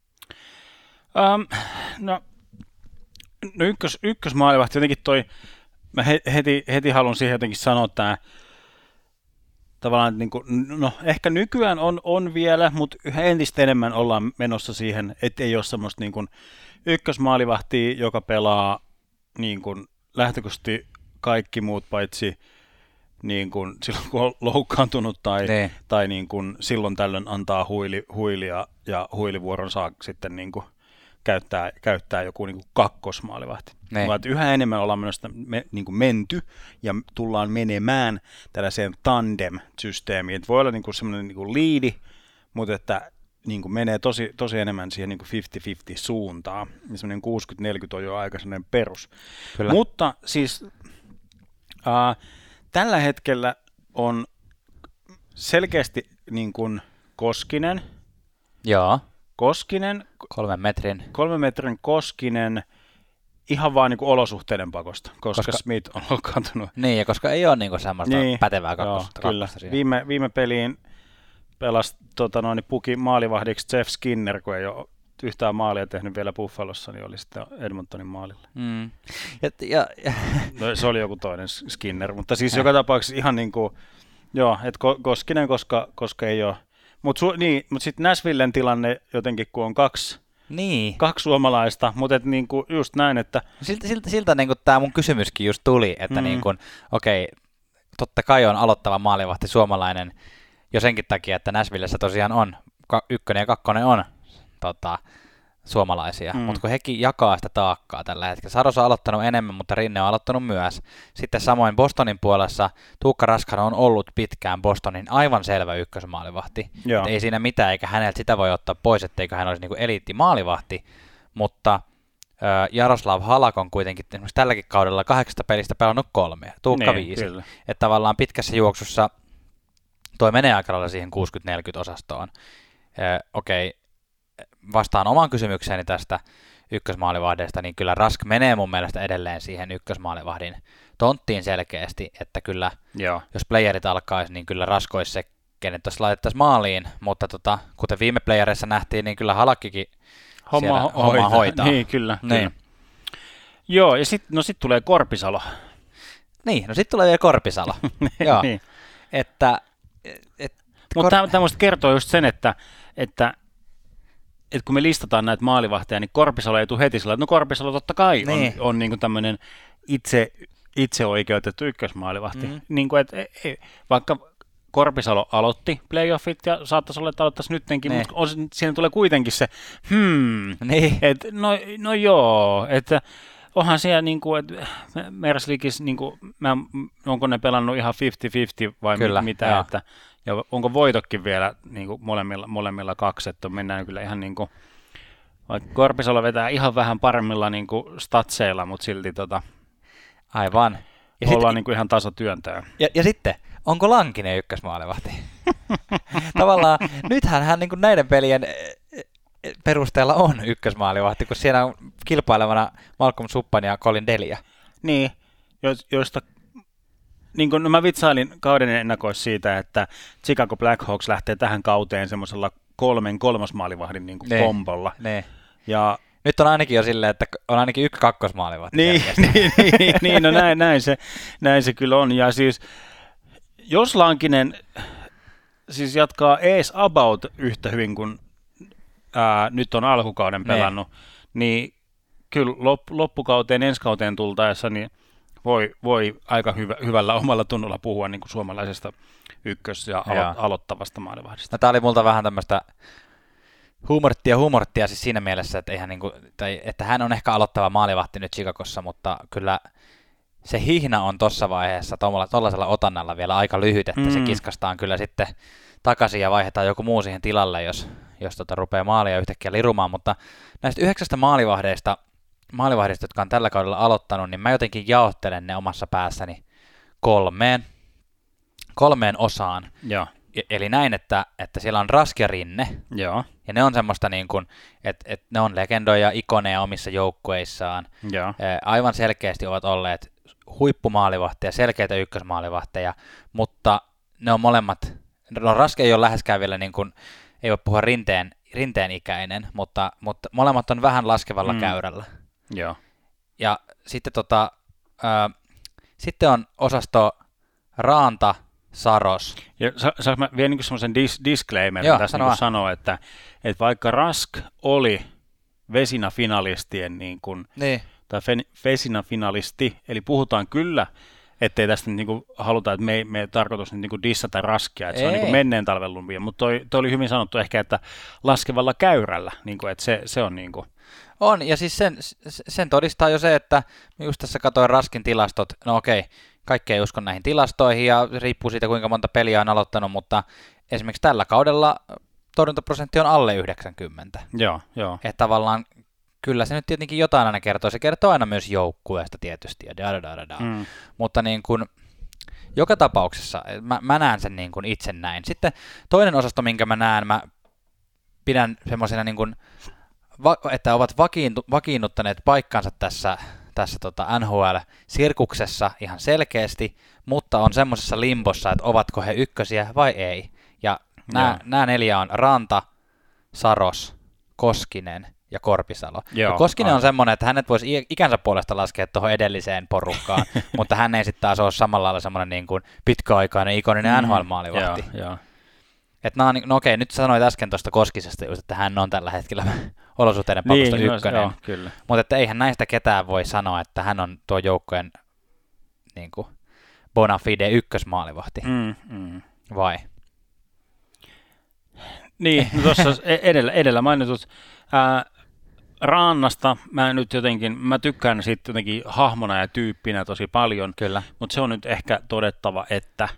No ykkösmaalivahti jotenkin mä heti haluan siihen jotenkin sanoa tämä, tavallaan, että niin kuin, no ehkä nykyään on vielä, mutta yhä entistä enemmän ollaan menossa siihen, että ei ole semmoista niin kuin ykkösmaalivahtia, joka pelaa niin kuin lähtökohtaisesti kaikki muut paitsi niin kuin silloin kun on loukkaantunut tai niin kuin silloin tällöin antaa huilia ja huilivuoron saa sitten niin kuin käyttää joku niin kuin kakkosmaalivahti. Vaan yhä enemmän ollaan niin kuin menty ja tullaan menemään tällaiseen tandem-systeemiin. Et voi olla niin kuin semmoinen niin kuin liidi, mutta että niin kuin menee tosi enemmän siihen niin kuin 50-50 suuntaan. Ja semmoinen 60-40 on jo aika semmoinen perus. Kyllä. Mutta siis tällä hetkellä on selkeästi niin kuin Koskinen. Joo. Koskinen. 3 metrin. 3 metrin Koskinen ihan vaan niin kuin olosuhteiden pakosta, koska Smith on loukkaantunut. Niin, ja koska ei ole niin kuin semmoista pätevää kakkosta. Kyllä. Viime peliin pelasi puki maalivahdiksi Jeff Skinner, kun ei ole yhtään maalia tehnyt vielä Buffalossa, niin oli sitten Edmontonin maalilla. No, se oli joku toinen Skinner, mutta siis joka tapauksessa ihan niin kuin, että Koskinen, koska ei ole. Mutta sitten Nashvillen tilanne jotenkin, kun on kaksi suomalaista, mutta niinku just näin, että siltä niinku tämä mun kysymyskin just tuli, että niinku, totta kai on aloittava maalivahti suomalainen jo senkin takia, että Nashvillessä tosiaan on 1 ja 2 on suomalaisia, mutta kun hekin jakaa sitä taakkaa tällä hetkellä. Saros on aloittanut enemmän, mutta Rinne on aloittanut myös. Sitten samoin Bostonin puolessa Tuukka Raskhan on ollut pitkään Bostonin aivan selvä ykkösmaalivahti. Ei siinä mitään, eikä häneltä sitä voi ottaa pois, etteikö hän olisi niinku eliittimaalivahti, mutta Jaroslav Halak on kuitenkin esimerkiksi tälläkin kaudella 8 pelistä pelannut 3, Tuukka 5. Että tavallaan pitkässä juoksussa toi menee aika lailla siihen 60-40 osastoon. Vastaan oman kysymykseeni tästä ykkösmaalivahdesta, niin kyllä Rask menee mun mielestä edelleen siihen ykkösmaalivahdin tonttiin selkeästi, että kyllä jos playerit alkaisi, niin kyllä Rask olisi se, kenet tuossa laitettaisiin maaliin, mutta kuten viime playereissa nähtiin, niin kyllä Halakkikin hommaa hoitaa. Niin, kyllä. Joo, ja sitten tulee Korpisalo. Niin, no sitten tulee vielä Korpisalo. Joo, niin. Mutta tämmöistä kertoo just sen, että kun me listataan näitä maalivahteja, niin Korpisalo ei tule heti sillä, että no Korpisalo totta kai on niin kuin tämmöinen itse oikeutettu ykkösmaalivahti. Niin kuin, vaikka Korpisalo aloitti playoffit ja saattaisi olla, että aloittaisi nyttenkin, mutta siinä tulee kuitenkin se että no joo, että onhan siellä niin kuin, että Merslikis, niin kuin, onko ne pelannut ihan 50-50 vai mitä, että ja onko voitokkin vielä niin kuin molemmilla 2, että mennään kyllä ihan niin kuin, vaikka Korpisalo vetää ihan vähän paremmilla niin kuin statseilla, mutta silti aivan. Ja ollaan niin kuin ihan tasatyöntäjä. Ja sitten, onko Lankinen ykkösmaalivahti? Tavallaan, nythän hän niin kuin näiden pelien perusteella on ykkösmaalivahti, kun siellä on kilpailevana Malcolm Subban ja Colin Delia. Niin, joista niin kuin, mä vitsailin kauden ennakoissa siitä, että Chicago Blackhawks lähtee tähän kauteen semmoisella 3 kolmosmaalivahdin niin kuin kombolla. Ja Nyt on ainakin jo silleen, että on ainakin yksi kakkosmaalivahti. Niin, no näin se kyllä on. Ja siis, jos Lankinen siis jatkaa ees about yhtä hyvin kuin nyt on alkukauden pelannut, niin kyllä loppukauteen, ensi kauteen tultaessa, niin voi aika hyvällä omalla tunnolla puhua niin kuin suomalaisesta ykkös- ja aloittavasta maalivahdista. No, tämä oli multa vähän tämmöistä huumorttia siis siinä mielessä, että, että hän on ehkä aloittava maalivahti nyt Chicagossa, mutta kyllä se hihna on tuossa vaiheessa tuollaisella otannalla vielä aika lyhyt, että se kiskastaan kyllä sitten takaisin ja vaihdetaan joku muu siihen tilalle, jos rupeaa maalia yhtäkkiä lirumaan, mutta näistä 9 maalivahdeista, jotka on tällä kaudella aloittanut, niin mä jotenkin jaottelen ne omassa päässäni kolmeen osaan. Joo. Eli näin, että siellä on Rask ja Rinne, Joo. ja ne on semmoista niin kuin, että ne on legendoja, ikoneja omissa joukkueissaan. Joo. Aivan selkeästi ovat olleet huippumaalivahtia, selkeitä ykkösmaalivahteja, mutta ne on molemmat, no Rask ei ole läheskään vielä niin kuin, ei voi puhua rinteen ikäinen, mutta molemmat on vähän laskevalla käyrällä. Joo. Ja sitten sitten on osasto Raanta, Saros. Ja saanko mä vielä niin semmoisen disclaimer tässä niin sanoa, että vaikka Rask oli Vezina-finalistien tai Vezina-finalisti, eli puhutaan kyllä, ettei tästä niin kuin haluta, että me tarkoitus niin kuin dissata Raskia, että se on niin kuin menneen talven lumpia, mutta toi oli hyvin sanottu ehkä, että laskevalla käyrällä, niin kuin, että se on niin kuin. On, ja siis sen todistaa jo se, että just tässä katsoin Raskin tilastot, no okei, kaikki ei usko näihin tilastoihin ja riippuu siitä, kuinka monta peliä on aloittanut, mutta esimerkiksi tällä kaudella torjuntaprosentti on alle 90. Joo. Että tavallaan kyllä se nyt tietenkin jotain aina kertoo. Se kertoo aina myös joukkueesta tietysti ja mutta niin kuin joka tapauksessa mä näen sen niin kuin itse näin. Sitten toinen osasto, minkä mä näen, mä pidän semmoisena niin kuin että ovat vakiinnuttaneet paikkansa tässä NHL-sirkuksessa ihan selkeästi, mutta on semmoisessa limbossa, että ovatko he ykkösiä vai ei. Ja nämä 4 on Ranta, Saros, Koskinen ja Korpisalo. Ja Koskinen on semmoinen, että hänet voisi ikänsä puolesta laskea tuohon edelliseen porukkaan, mutta hän ei sitten taas ole samalla lailla semmoinen niin kuin pitkäaikainen ikoninen NHL-maalivahti. Että no okei, nyt sanoit äsken tuosta Koskisesta just, että hän on tällä hetkellä olosuhteiden pakosta ykkönen. Mutta että eihän näistä ketään voi sanoa, että hän on tuo joukkojen niin kuin bona fide ykkösmaalivahti. Vai? Niin, no tuossa edellä mainitut Rannasta mä tykkään siitä jotenkin hahmona ja tyyppinä tosi paljon. Kyllä. Mutta se on nyt ehkä todettava, että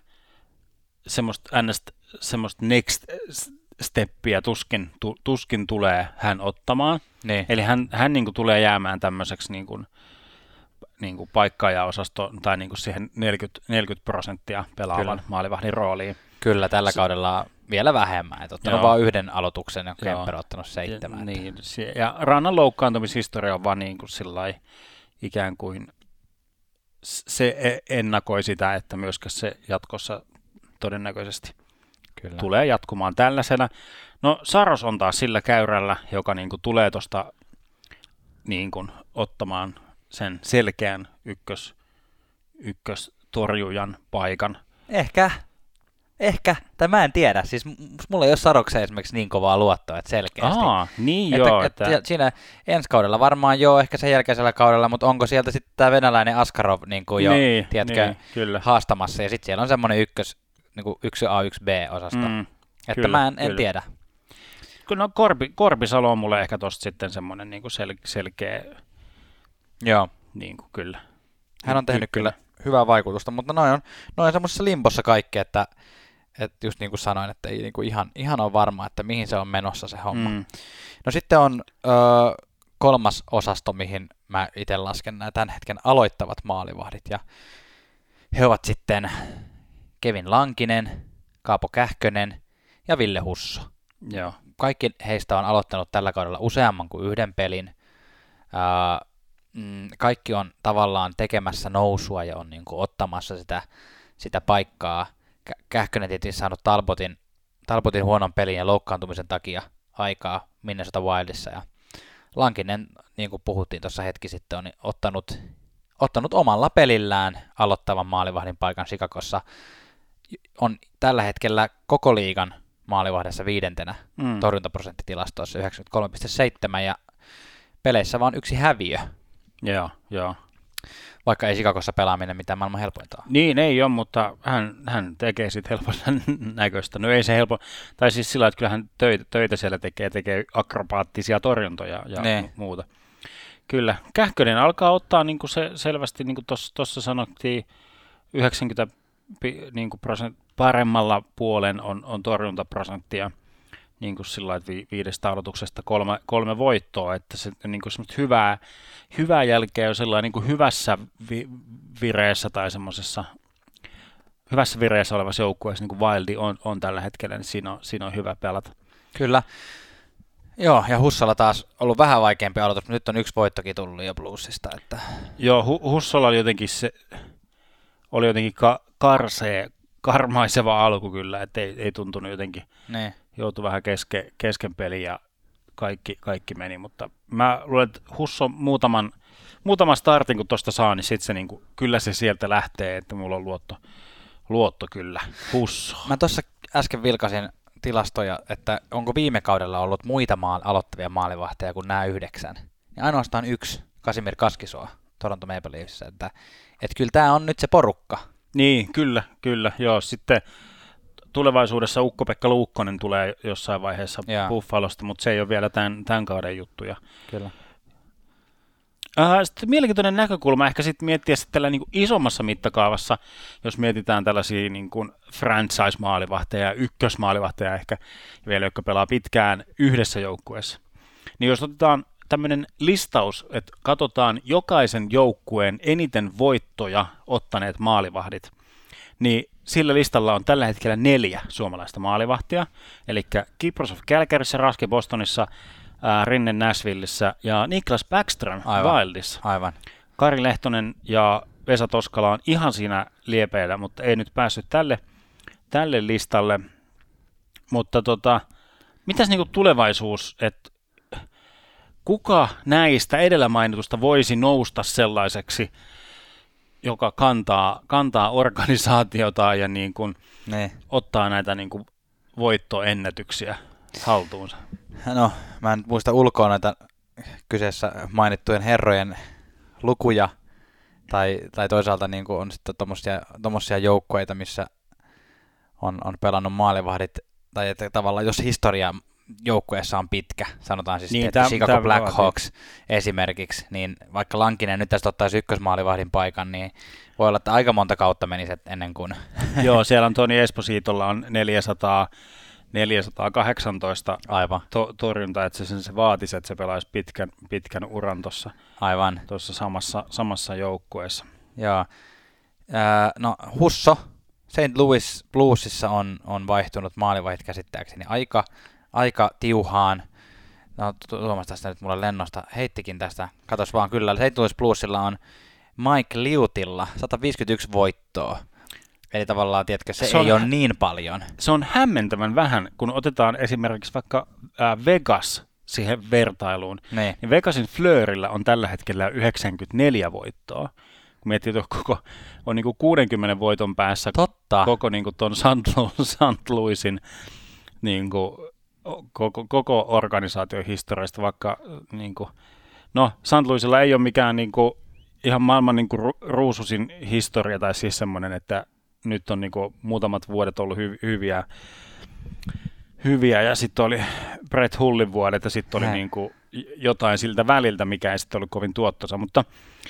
semmoista next steppiä tuskin tulee hän ottamaan. Niin. Eli hän niin kuin tulee jäämään tämmöiseksi niin kuin paikkaajaosasto tai niin kuin siihen 40% pelaavan maalivahdin rooliin. Kyllä, tällä kaudella vielä vähemmän. Et ottanut vain yhden aloituksen ja Kemper ottanut 7. Niin, ja Rannan loukkaantumishistoria on vaan niin kuin sillai, ikään kuin se ennakoi sitä, että myöskään se jatkossa todennäköisesti tulee jatkumaan tällaisena. No Saros on taas sillä käyrällä, joka niin kuin tulee tuosta niin kuin ottamaan sen selkeän ykköstorjujan paikan. Ehkä, tai mä en tiedä. Siis mulla ei ole Sarokseen esimerkiksi niin kovaa luottoa, että selkeästi. Niin siinä ensi kaudella varmaan ehkä sen jälkeisellä kaudella, mutta onko sieltä sitten tämä venäläinen Askarov niin kuin jo, tiedätkö, haastamassa, ja sitten siellä on semmoinen niin kuin 1A, 1B-osasto. Että kyllä, mä en tiedä. No Korpisalo on mulle ehkä tosta sitten semmoinen niin kuin selkeä. Joo. Niin kuin kyllä. Hän on tehnyt kyllä hyvää vaikutusta, mutta noin on semmoisessa limbossa kaikki, että just niin kuin sanoin, että ei niin kuin ihan ole varma, että mihin se on menossa se homma. No sitten on kolmas osasto, mihin mä itse lasken nämä tämän hetken aloittavat maalivahdit, ja he ovat sitten Kevin Lankinen, Kaapo Kähkönen ja Ville Husso. Joo. Kaikki heistä on aloittanut tällä kaudella useamman kuin yhden pelin. Kaikki on tavallaan tekemässä nousua ja on niin kuin ottamassa sitä paikkaa. Kähkönen tietysti saanut Talbotin huonon pelin ja loukkaantumisen takia aikaa Minnesota Wildissa ja Lankinen, niin kuin puhuttiin tuossa hetki sitten, on ottanut omalla pelillään aloittavan maalivahdin paikan Chicagossa. On tällä hetkellä koko liigan maalivahdessa 5. torjuntaprosenttitilastossa 93,7 ja peleissä vaan 1 häviö. Joo. Vaikka ei Chicagossa pelaaminen mitään maailman helpointa ole. Niin ei ole, mutta hän tekee sitten helposti näköistä. No ei se helpo, tai siis sillä, että kyllähän töitä siellä tekee akrobaattisia torjuntoja ja muuta. Kyllä, Kähkönen alkaa ottaa niin kuin se selvästi, niin kuin tuossa sanottiin, 90 niin kuin paremmalla puolen on torjuntaprosenttia. Niin kuin sillä että 5 aloituksesta 3 voittoa, että se niin kuin hyvää jälkeä on sellainen niin kuin hyvässä vireessä tai semmoisessa hyvässä vireessä olevassa joukkueessa, niin kuin Wildi on tällä hetkellä, niin siinä on hyvä pelata. Kyllä. Joo, ja Hussalla taas ollut vähän vaikeampi aloitus, mutta nyt on 1 voittokin tullut jo Bluesista. Että... Joo, Hussalla oli jotenkin karmaiseva alku kyllä, että ei tuntunut jotenkin. Ne. Joutui vähän kesken peliin ja kaikki meni, mutta mä luulen, että Husso muutaman startin kun tuosta saa, niin sitten se niinku, kyllä se sieltä lähtee, että mulla on luotto kyllä. Husso. Mä tuossa äsken vilkasin tilastoja, että onko viime kaudella ollut muita aloittavia maalivahteja kuin nämä 9. Ja ainoastaan 1, Kasimir Kaskisoa Toronto Maple Leafsissä, että kyllä tämä on nyt se porukka. Niin, kyllä, joo. Sitten tulevaisuudessa Ukko-Pekka Luukkonen tulee jossain vaiheessa Buffalosta, mutta se ei ole vielä tämän kauden juttuja. Kyllä. Sitten mielenkiintoinen näkökulma ehkä sitten miettiä sitten tällä niin kuin isommassa mittakaavassa, jos mietitään tällaisia niin kuin franchise-maalivahteja, ykkösmaalivahteja ehkä vielä, jotka pelaa pitkään yhdessä joukkueessa. Niin jos otetaan tämmöinen listaus, että katsotaan jokaisen joukkueen eniten voittoja ottaneet maalivahdit, niin sillä listalla on tällä hetkellä 4 suomalaista maalivahtia, eli Kiprusoff Calgaryssä, Raske Bostonissa, Rinne Nashvillessä ja Niklas Backstrom Wildissa. Aivan. Kari Lehtonen ja Vesa Toskala on ihan siinä liepeillä, mutta ei nyt päässyt tälle listalle. Mutta mitäs niinku tulevaisuus, että kuka näistä edellä mainitusta voisi nousta sellaiseksi, joka kantaa organisaatiota ja niin kuin ottaa näitä niin kuin voittoennätyksiä haltuunsa? No, mä en muista ulkoa näitä kyseessä mainittujen herrojen lukuja, tai toisaalta niin kuin on sitten tommosia joukkueita, missä on pelannut maalivahdit, tai että tavallaan jos historia joukkueessa on pitkä, sanotaan siis niin, Chicago Blackhawks esimerkiksi, niin vaikka Lankinen nyt tästä ottaisi ykkösmaalivahdin paikan, niin voi olla, että aika monta kautta menisi ennen kuin... Joo, siellä on Toni Espositolla on 418 torjunta, että se vaatisi, että se pelaisi pitkän uran tuossa samassa joukkueessa. Joo. No Husso, St. Louis Bluesissa on vaihtunut maalivahdit käsittääkseni aika tiuhaan. No Tuomas tästä nyt mulle lennosta heittikin tästä. Katos vaan kyllä, St. Louis Bluesilla on Mike Liutilla 151 voittoa. Eli tavallaan, tiedätkö, se ei ole niin paljon. Se on hämmentävän vähän, kun otetaan esimerkiksi vaikka Vegas siihen vertailuun. Niin Vegasin Fleurillä on tällä hetkellä 94 voittoa. Kun miettii, että on niin kuin 60 voiton päässä koko niin kuin ton St. Louisin niin kuin koko organisaation historiasta, vaikka niin kuin, no St. Louisilla ei ole mikään niin kuin, ihan maailman niin kuin ruususin historia, tai siis semmoinen, että nyt on niin kuin, muutamat vuodet ollut hyviä, ja sitten oli Brett Hullin vuodet, ja sitten oli niin kuin, jotain siltä väliltä, mikä ei sitten ollut kovin tuottoisa, mutta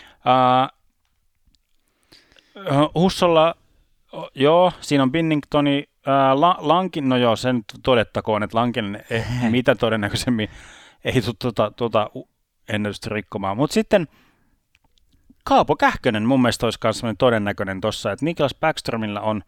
Hussolla, joo, siinä on Binningtoni, Lankin, no joo, sen todettakoon, että Lankin mitä todennäköisemmin ei tule ennätystä rikkomaan. Mutta sitten Kaapo Kähkönen mun mielestä olisi myös todennäköinen tuossa, että Niklas Backstromilla on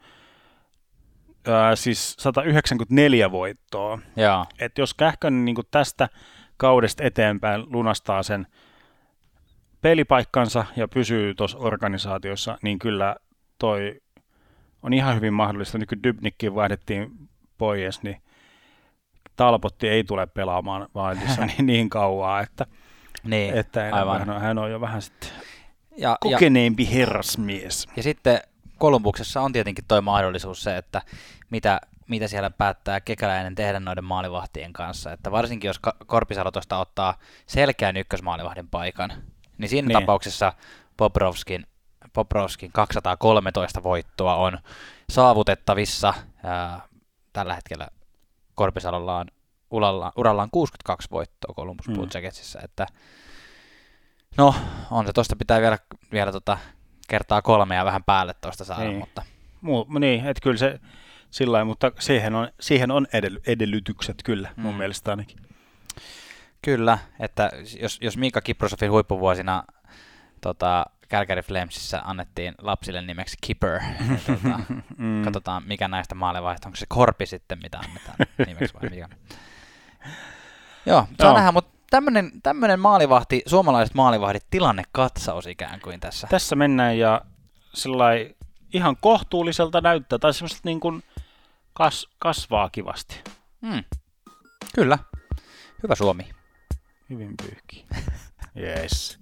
siis 194 voittoa. Että jos Kähkönen niin tästä kaudesta eteenpäin lunastaa sen pelipaikkansa ja pysyy tuossa organisaatiossa, niin kyllä toi on ihan hyvin mahdollista. Nyt kun Dybnikkiin vaihdettiin pois, niin Talbotti ei tule pelaamaan Wildissa niin kauaa, että Niin, että aivan. hän on jo vähän sitten Ja kokeneempi herrasmies. Ja sitten Kolumbuksessa on tietenkin toi mahdollisuus se, että mitä siellä päättää Kekäläinen tehdä noiden maalivahtien kanssa. Että varsinkin jos Korpisalo tuosta ottaa selkeän ykkösmaalivahdin paikan, niin siinä tapauksessa Bobrovskin 213 voittoa on saavutettavissa. Tällä hetkellä Korpisalolla on urallaan 62 voittoa Columbus Blue Jacketsissa. Että no, on se tuosta pitää vielä kertaa 3 ja vähän päälle tuosta saada, Niin. mutta Niin, että kyllä se sillä lailla, mutta siihen on edellytykset kyllä, mun mielestä ainakin. Kyllä, että jos Miikka Kiprosofin huippuvuosina Calgary Flamesissa annettiin lapsille nimeksi Kipper, niin katsotaan mikä näistä maalivahdista, onko se Korpi sitten, mitä annetaan nimeksi vai mikä. Joo, saa nähdä, mutta tämmöinen maalivahti, suomalaiset maalivahdit, tilannekatsaus ikään kuin tässä. Tässä mennään ja sellainen ihan kohtuulliselta näyttää, tai semmoista niin kuin kasvaa kivasti. Kyllä, hyvä Suomi. Hyvin pyyhki. Yes.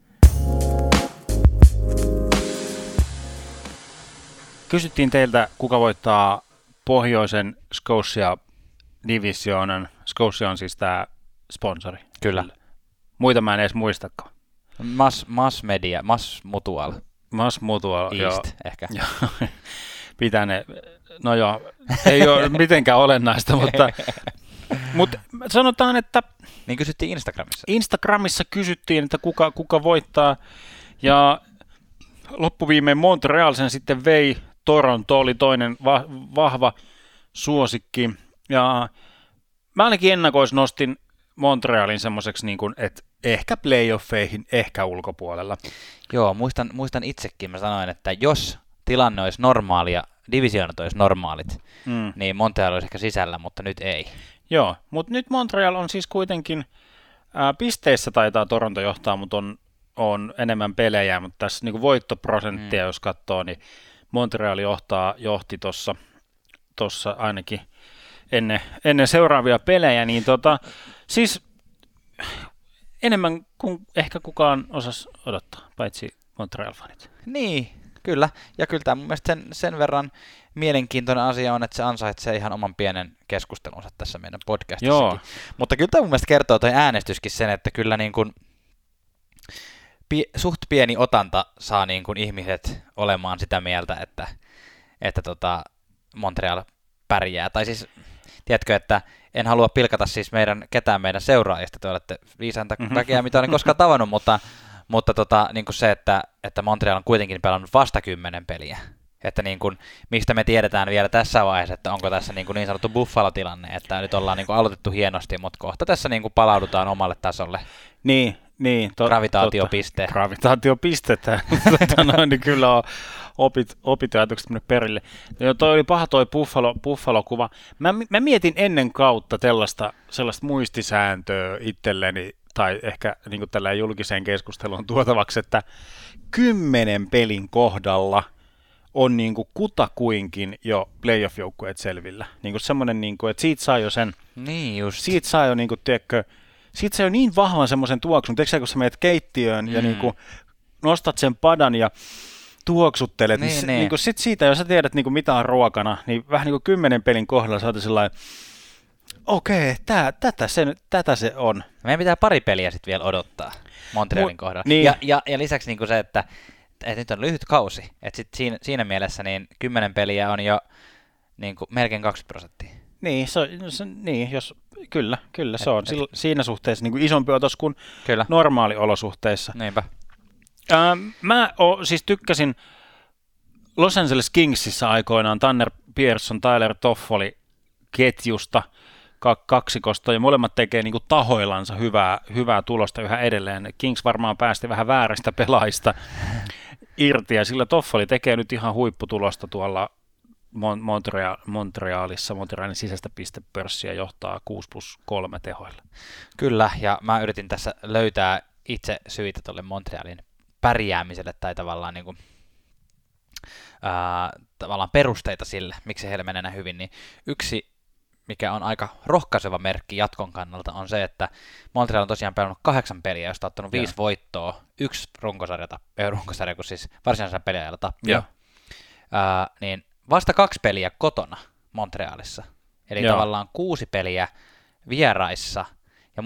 Kysyttiin teiltä, kuka voittaa pohjoisen Scotia-divisioonan. Scotia on siis tämä sponsori. Kyllä. Muita mä en edes muistakaan. Mass Media, Mass Mutual. Mass Mutual, East, joo. ehkä. Pitää ne, no joo, ei ole mitenkään olennaista, mutta sanotaan, että niin kysyttiin Instagramissa. Instagramissa kysyttiin, että kuka voittaa, ja loppuviimein Montreal sen sitten vei. Toronto oli toinen vahva suosikki, ja mä ainakin ennakois nostin Montrealin semmoiseksi, niin kuin, että ehkä playoffeihin, ehkä ulkopuolella. Joo, muistan itsekin, mä sanoin, että jos tilanne olisi normaali ja divisioonat olisi normaalit, niin Montreal olisi ehkä sisällä, mutta nyt ei. Joo, mutta nyt Montreal on siis kuitenkin, pisteissä taitaa Toronto johtaa, mutta on enemmän pelejä, mutta tässä niin kuin voittoprosenttia, jos katsoo, niin Montreal johti tuossa ainakin ennen seuraavia pelejä, niin siis enemmän kuin ehkä kukaan osasi odottaa, paitsi Montreal-fanit. Niin, kyllä. Ja kyllä tämä mun mielestä sen verran mielenkiintoinen asia on, että se ansaitsee ihan oman pienen keskustelunsa tässä meidän podcastissakin. Joo. Mutta kyllä tämä mun mielestä kertoo toi äänestyskin sen, että kyllä niin kuin suht pieni otanta saa niin kuin ihmiset olemaan sitä mieltä, että Montreal pärjää. Tai siis, tiedätkö, että en halua pilkata siis ketään meidän seuraajista, te olette viisainta väkeä, mitä olen koskaan tavannut, mutta niin kuin se, että Montreal on kuitenkin pelannut vasta 10 peliä. Että niin kuin, mistä me tiedetään vielä tässä vaiheessa, että onko tässä niin sanottu Buffalo-tilanne, että nyt ollaan niin kuin aloitettu hienosti, mutta kohta tässä niin kuin palaudutaan omalle tasolle. Niin, Gravitaatiopiste. Gravitaatiopistettä, niin kyllä on opit ajatukset mennyt perille. Ja toi oli paha toi Buffalo-kuva. Mä mietin ennen kautta sellaista muistisääntöä itselleni, tai ehkä niin tällä julkiseen keskusteluun tuotavaksi, että 10 pelin kohdalla on niin kuin kutakuinkin jo playoff-joukkueet selvillä. Niin kuin semmoinen, niin kuin, että siitä saa jo sen, niin just. Siitä saa jo, niin kuin, tiedätkö, siitä saa jo niin vahvan semmoisen tuoksun, tiedätkö kun sä menet keittiöön ja niin kuin nostat sen padan ja tuoksuttelet, niin kuin sit siitä, jos sä tiedät niin kuin mitä on ruokana, niin vähän niin kuin 10 pelin kohdalla sä oot sellainen, okei, tätä se on. Meidän pitää pari peliä sitten vielä odottaa Montrealin kohdalla. Niin. Ja lisäksi niin kuin se, että nyt on lyhyt kausi. Että sit siinä mielessä niin 10 peliä on jo niin kuin melkein 20%. Niin, kyllä se on. Siinä suhteessa niin kuin isompi otos kuin normaaliolosuhteissa. Niinpä. Mä siis tykkäsin Los Angeles Kingsissä aikoinaan Tanner Pearson, Tyler Toffoli ketjusta, kaksikosta, ja molemmat tekee niin kuin tahoillansa hyvää tulosta yhä edelleen. Kings varmaan päästi vähän vääristä pelaajista irti, ja sillä Toffoli tekee nyt ihan huipputulosta tuolla Montrealissa. Montrealin sisäistä pistepörssiä johtaa 6+3 tehoilla. Kyllä, ja mä yritin tässä löytää itse syitä tuolle Montrealin pärjäämiselle tai tavallaan, niin kuin, tavallaan perusteita sille, miksi heillä menee näin hyvin, niin yksi mikä on aika rohkaiseva merkki jatkon kannalta, on se, että Montreal on tosiaan pelannut 8 peliä, josta on ottanut 5 voittoa, 1 runkosarja, kun siis varsinaisella peliajalla tappio. Niin vasta 2 peliä kotona Montrealissa. Eli tavallaan 6 peliä vieraissa. Ja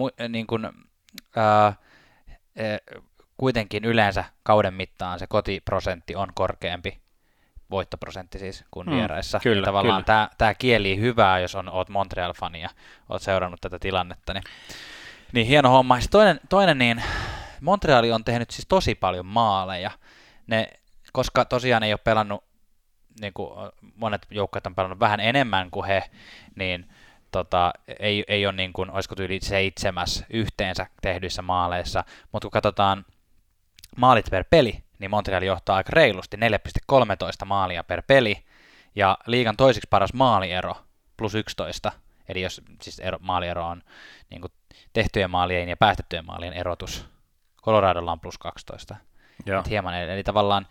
kuitenkin yleensä kauden mittaan se kotiprosentti on korkeampi, voittoprosentti siis, kuin vieraissa. Kyllä, tavallaan tämä kieli hyvää, jos oot Montreal-fani ja oot seurannut tätä tilannetta. Niin hieno homma. Toinen niin, Montreal on tehnyt siis tosi paljon maaleja. Koska tosiaan ei ole pelannut, niin kuin monet joukkueet on pelannut vähän enemmän kuin he, niin ei ole niin kuin, olisiko tyyli 7 yhteensä tehdyissä maaleissa, mutta kun katsotaan maalit per peli, niin Montreal johtaa aika reilusti 4,13 maalia per peli, ja liigan toiseksi paras maaliero plus 11, eli jos siis maaliero on niin kuin tehtyjen maalien ja päästettyjen maalien erotus, Coloradolla on plus 12. Hieman, eli tavallaan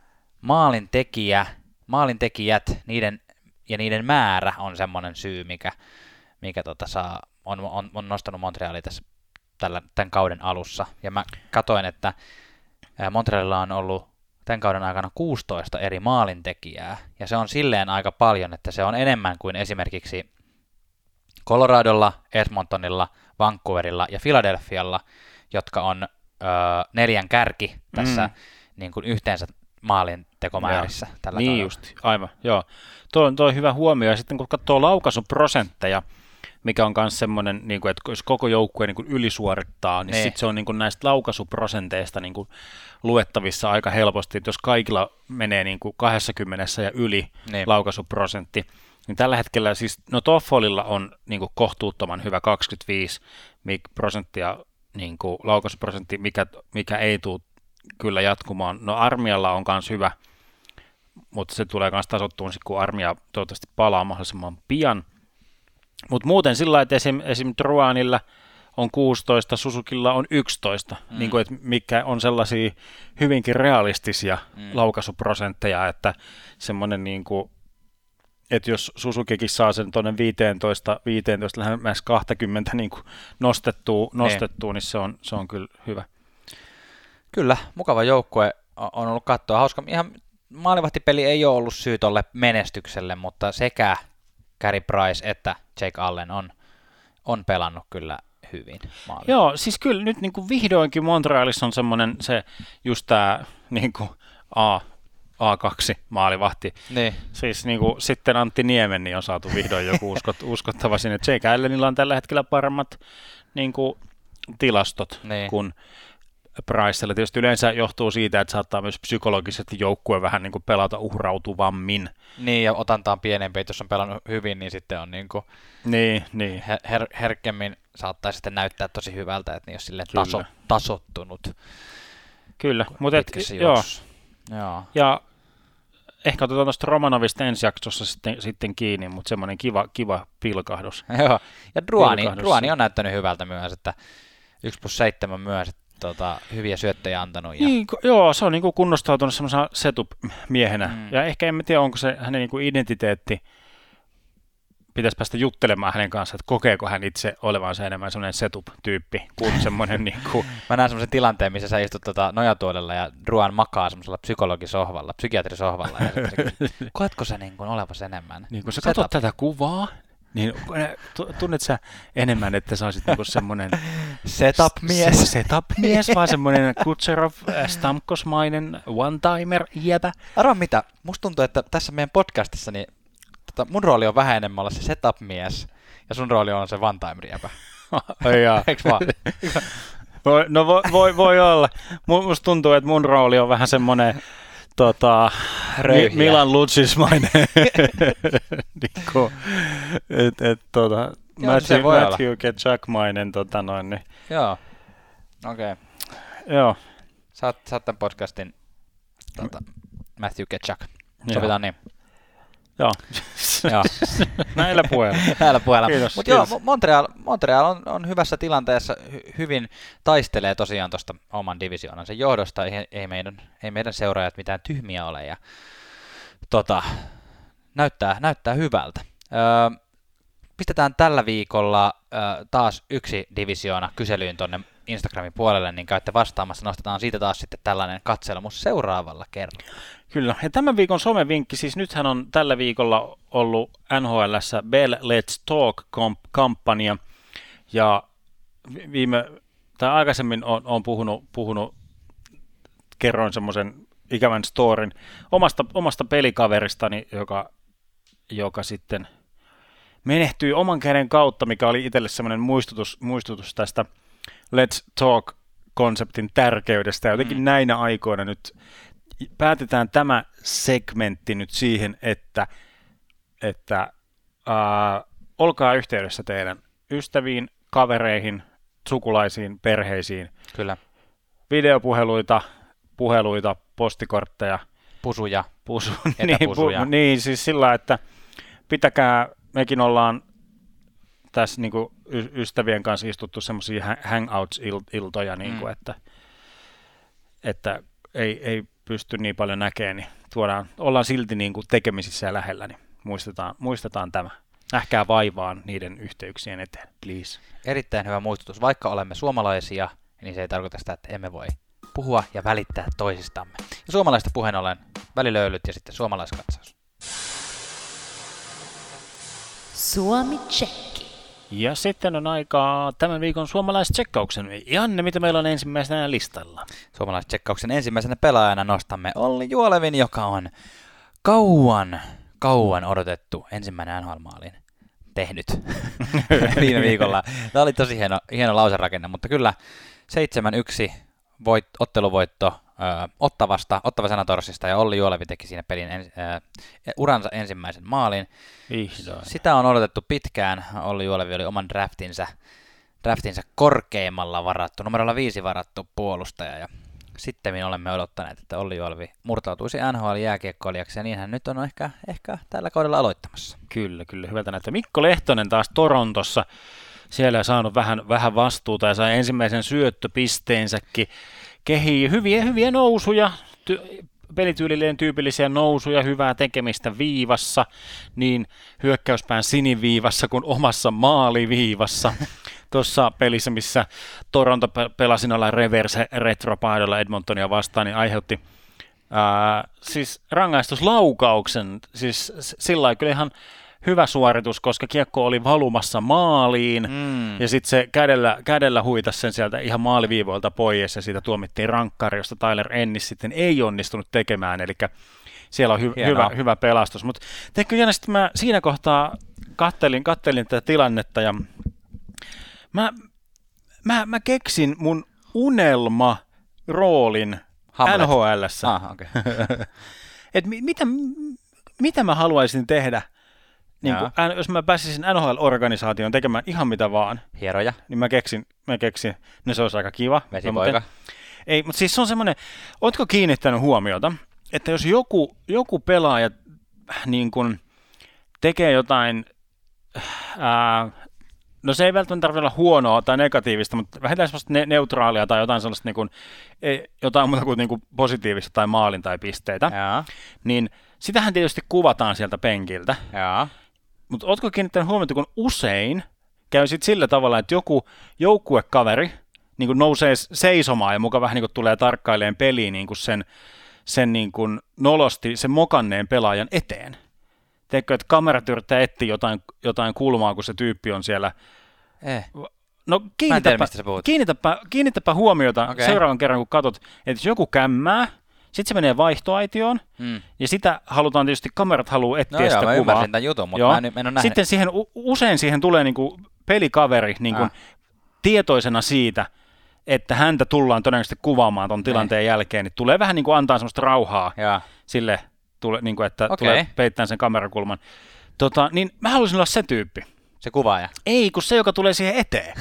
maalintekijät niiden määrä on semmoinen syy, mikä on nostanut Montrealia tässä tämän kauden alussa. Ja mä katsoin, että Montrealilla on ollut tämän kauden aikana 16 eri maalintekijää, ja se on silleen aika paljon, että se on enemmän kuin esimerkiksi Coloradolla, Edmontonilla, Vancouverilla ja Philadelphialla, jotka on 4 kärki tässä niin kuin yhteensä maalintekomäärissä tällä niin kaudella. Just, aivan, joo. Tuo on hyvä huomio, ja sitten kun katsoo laukaisuprosentteja, mikä on myös semmoinen, niin kuin, että jos koko joukkue niin kuin ylisuorittaa, niin sitten se on niin kuin näistä laukaisuprosenteista niin kuin luettavissa aika helposti, että jos kaikilla menee niin kuin 20 ja yli laukaisuprosentti, niin tällä hetkellä siis, Toffolilla on niin kuin kohtuuttoman hyvä 25 prosenttia niin kuin laukaisuprosentti, mikä ei tule kyllä jatkumaan. Armialla on myös hyvä, mutta se tulee myös tasottuun, kun Armia toivottavasti palaa mahdollisimman pian. Mutta muuten sillä lailla, että esim. Drouinilla on 16, Suzukilla on 11, niin kuin, että mikä on sellaisia hyvinkin realistisia laukaisuprosentteja, että semmoinen, niin kuin, että jos Suzukikin saa sen tuonne 15 lähemmäs 20 niin kuin nostettua, niin se on kyllä hyvä. Kyllä, mukava joukkue on ollut katsoa. Hauska, ihan maalivahtipeli ei ole ollut syy tolle menestykselle, mutta sekä Carey Price että Jake Allen on pelannut kyllä hyvin maalilla. Joo, siis kyllä nyt niin kuin vihdoinkin Montrealissa on semmoinen just tämä niin kuin A2 maalivahti. Niin. Siis niin kuin, sitten Antti Niemen niin on saatu vihdoin joku uskottava sinne. Jake Allenilla on tällä hetkellä paremmat niin kuin tilastot kuin Pricella. Tietysti yleensä johtuu siitä, että saattaa myös psykologisesti joukkue vähän niin kuin pelata uhrautuvammin. Niin, ja otanta on pienempi, että jos on pelannut hyvin, niin sitten on niin kuin herkemmin saattaa sitten näyttää tosi hyvältä, että niin jos silleen tasottunut. Kyllä, mutta joo. Ja ehkä otetaan tuosta Romanovista ensi jaksossa sitten kiinni, mutta semmoinen kiva pilkahdus. Joo, ja Drouin on näyttänyt hyvältä myös, että 1+7 myös, hyviä syöttöjä antanut. Ja niin, joo, se on niin kuin kunnostautunut semmoisena setup-miehenä. Ja ehkä en tiedä, onko se hänen niin kuin identiteetti, pitäisi päästä juttelemaan hänen kanssaan, että kokeeko hän itse olevansa enemmän semmoinen setup-tyyppi kuin semmoinen niin kuin... Mä näen semmoisen tilanteen, missä sä istut nojatuolella ja Drouin makaa semmoisella psykiatrisohvalla. Ja koetko sä niin kuin olevasi enemmän? Niin kun sä katsot tätä kuvaa, niin tunnet sä enemmän, että sä olisit niinku semmoinen setup-mies, vaan semmoinen Kucherov, Stamkos-mainen one-timer-jäbä. Arvaa mitä, musta tuntuu, että tässä meidän podcastissa niin, mun rooli on vähän enemmän olla se setup-mies, ja sun rooli on se one-timer-jäbä. Eiks vaan? No voi olla. Musta tuntuu, että mun rooli on vähän semmoinen Milan Lucic-mainen. Matthew Tkachuk-mainen. Niin. Joo, okei. Joo. Saat tämän podcastin Matthew Tkachuk. Sovitaan niin. Joo. Näillä puheilla. Mutta joo, Montreal on hyvässä tilanteessa, hyvin taistelee tosiaan tuosta oman divisioonansa johdosta, ei meidän seuraajat mitään tyhmiä ole, ja näyttää hyvältä. pistetään tällä viikolla taas yksi divisioona kyselyyn tuonne Instagramin puolelle, niin käytte vastaamassa. Nostetaan siitä taas sitten tällainen katselmus seuraavalla kerralla. Kyllä, ja tämän viikon somevinkki, siis nythän on tällä viikolla ollut NHL:ssä Bell Let's Talk-kampanja, ja aikaisemmin olen puhunut, kerroin semmoisen ikävän storin omasta pelikaveristani, joka sitten menehtyi oman käden kautta, mikä oli itselle semmoinen muistutus tästä Let's Talk-konseptin tärkeydestä. Ja jotenkin näinä aikoina nyt päätetään tämä segmentti nyt siihen, että olkaa yhteydessä teidän ystäviin, kavereihin, sukulaisiin, perheisiin. Kyllä. Videopuheluita, postikortteja. Pusuja. Niin, siis sillä, että pitäkää, mekin ollaan tässä niin kuin ystävien kanssa istuttu semmoisia hangouts-iltoja, niin kuin, että ei pysty niin paljon näkemään, niin ollaan silti niin kuin tekemisissä ja lähellä, niin muistetaan tämä. Nähkää vaivaan niiden yhteyksien eteen, please. Erittäin hyvä muistutus. Vaikka olemme suomalaisia, niin se ei tarkoita sitä, että emme voi puhua ja välittää toisistamme. Ja suomalaista puheen ollen välilöylyt ja sitten suomalaiskatsaus. Suomi-tsekki. Ja sitten on aikaa tämän viikon suomalaistsekkauksen. Janne, mitä meillä on ensimmäisenä listalla? Suomalaistsekkauksen ensimmäisenä pelaajana nostamme Olli Juolevin, joka on kauan odotettu ensimmäinen NHL-maalin tehnyt viime viikolla. Tämä oli tosi hieno lauserakenne, mutta kyllä 7-1 otteluvoitto Ottava Senatorsista, ja Olli Juolevi teki siinä pelin uransa ensimmäisen maalin. Vihdoin. Sitä on odotettu pitkään. Olli Juolevi oli oman draftinsa korkeimmalla varattu, numerolla 5 varattu puolustaja, ja sitten olemme odottaneet, että Olli Juolevi murtautuisi NHL-jääkiekkoilijaksi, ja niin hän nyt on ehkä tällä kaudella aloittamassa. Kyllä, hyvältä näyttää. Mikko Lehtonen taas Torontossa. Siellä on saanut vähän vastuuta ja sai ensimmäisen syöttöpisteensäkin. Kehii hyviä nousuja, pelityylilleen tyypillisiä nousuja, hyvää tekemistä viivassa, niin hyökkäyspään siniviivassa kuin omassa maaliviivassa. Tuossa pelissä, missä Toronto pelasi noilla reverse retropaidoilla Edmontonia vastaan, niin aiheutti siis rangaistuslaukauksen. Siis sillä lailla kyllä ihan hyvä suoritus, koska kiekko oli valumassa maaliin, ja sitten se kädellä huitasi sen sieltä ihan maaliviivoilta pois, ja siitä tuomittiin rankkari, josta Tyler Ennis sitten ei onnistunut tekemään, eli siellä on hyvä pelastus. Mutta teikö Janne, sitten mä siinä kohtaa kattelin tätä tilannetta, ja mä keksin mun unelma-roolin NHL:ssä. Okay. Et mitä mä haluaisin tehdä, niin kun, jos mä pääsisin NHL-organisaatioon tekemään ihan mitä vaan. Hieroja. Niin mä keksin, no se olisi aika kiva. Vesipoika. Ei, mutta siis se on semmoinen, ootko kiinnittänyt huomiota, että jos joku pelaaja niin kun tekee jotain, no se ei välttämättä tarvitse olla huonoa tai negatiivista, mutta vähintään semmoista neutraalia tai jotain sellaista niin kuin, jotain muuta kuin, positiivista tai maalin tai pisteitä, niin sitähän tietysti kuvataan sieltä penkiltä. Mutta ootko kiinnittänyt huomiota, kun usein käy sit sillä tavalla, että joku joukkuekaveri niin kuin nousee seisomaan ja muka vähän niin kuin tulee tarkkailemaan peliä niin kuin sen niin kuin nolosti sen mokanneen pelaajan eteen. Teekö, että kamerat yrittää etsiä jotain kulmaa, kun se tyyppi on siellä. No kiinnitäpä huomiota seuraavan kerran, kun katsot, että jos joku kämmää, sitten se menee vaihtoaitioon, ja sitä halutaan tietysti, kamerat haluaa etsiä sitä kuvaa. Ymmärsin tämän jutun, mutta en ole nähnyt. Sitten usein siihen tulee niinku pelikaveri niinku tietoisena siitä, että häntä tullaan todennäköisesti kuvaamaan ton tilanteen jälkeen, niin tulee vähän niin kuin antaa semmoista rauhaa sille, niin kuin, että tulee peittämään sen kamerakulman. Niin mä haluaisin olla se tyyppi. Se kuvaaja? Ei, kun se, joka tulee siihen eteen.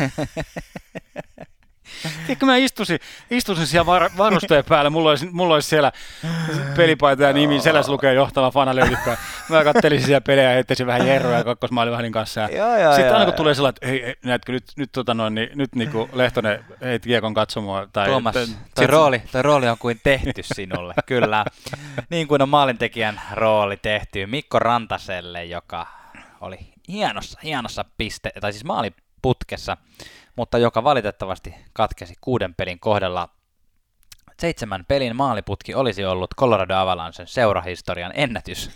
Tiedätkö, mä istuisin siellä varustojen päällä, mulla olisi siellä pelipaita ja nimi, selässä lukee johtava fanalöydyppää. Mä kattelisin siellä pelejä ja heittäisin vähän jerroja ja kakkosmaalivahdin kanssa. Sitten aina kun tulee sellainen, että hei, näetkö nyt niinku Lehtonen heit kiekon katsomaan. Tuomas, toi rooli on kuin tehty sinulle, kyllä. Niin kuin on maalintekijän rooli tehty Mikko Rantaselle, joka oli hienossa tai siis maaliputkessa, mutta joka valitettavasti katkesi 6 pelin kohdalla. 7 pelin maaliputki olisi ollut Colorado Avalancen seurahistorian ennätys.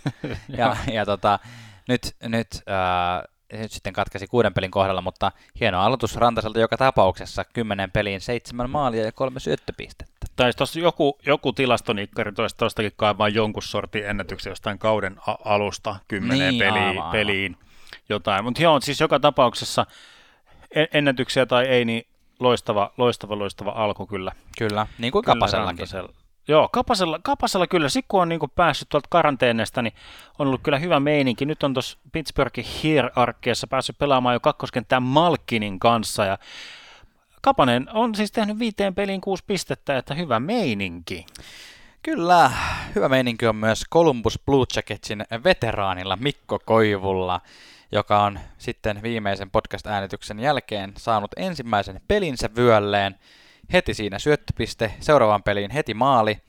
Nyt sitten katkesi 6 pelin kohdalla, mutta hieno aloitus Rantaselta joka tapauksessa. 10 peliin 7 maalia ja 3 syöttöpistettä. Tai tuossa joku tilastonikkari tuostakin kaivaa jonkun sortin ennätyksen jostain kauden alusta 10 peliin jotain. Mutta joo, siis joka tapauksessa ennätyksiä tai ei, niin loistava alku kyllä. Kyllä, niin kuin Kapasellakin. Joo, Kapasella kyllä. Sitten kun on niin kuin päässyt tuolta karanteenesta, niin on ollut kyllä hyvä meininki. Nyt on tuossa Pittsburghin hierarkiassa päässyt pelaamaan jo kakkoskenttään Malkinin kanssa. Ja Kapanen on siis tehnyt 5 peliin 6 pistettä, että hyvä meininki. Kyllä, hyvä meininki on myös Columbus Blue Jacketsin veteraanilla Mikko Koivulla, joka on sitten viimeisen podcast-äänityksen jälkeen saanut ensimmäisen pelinsä vyölleen. Heti siinä syöttöpiste, seuraavaan peliin heti maali.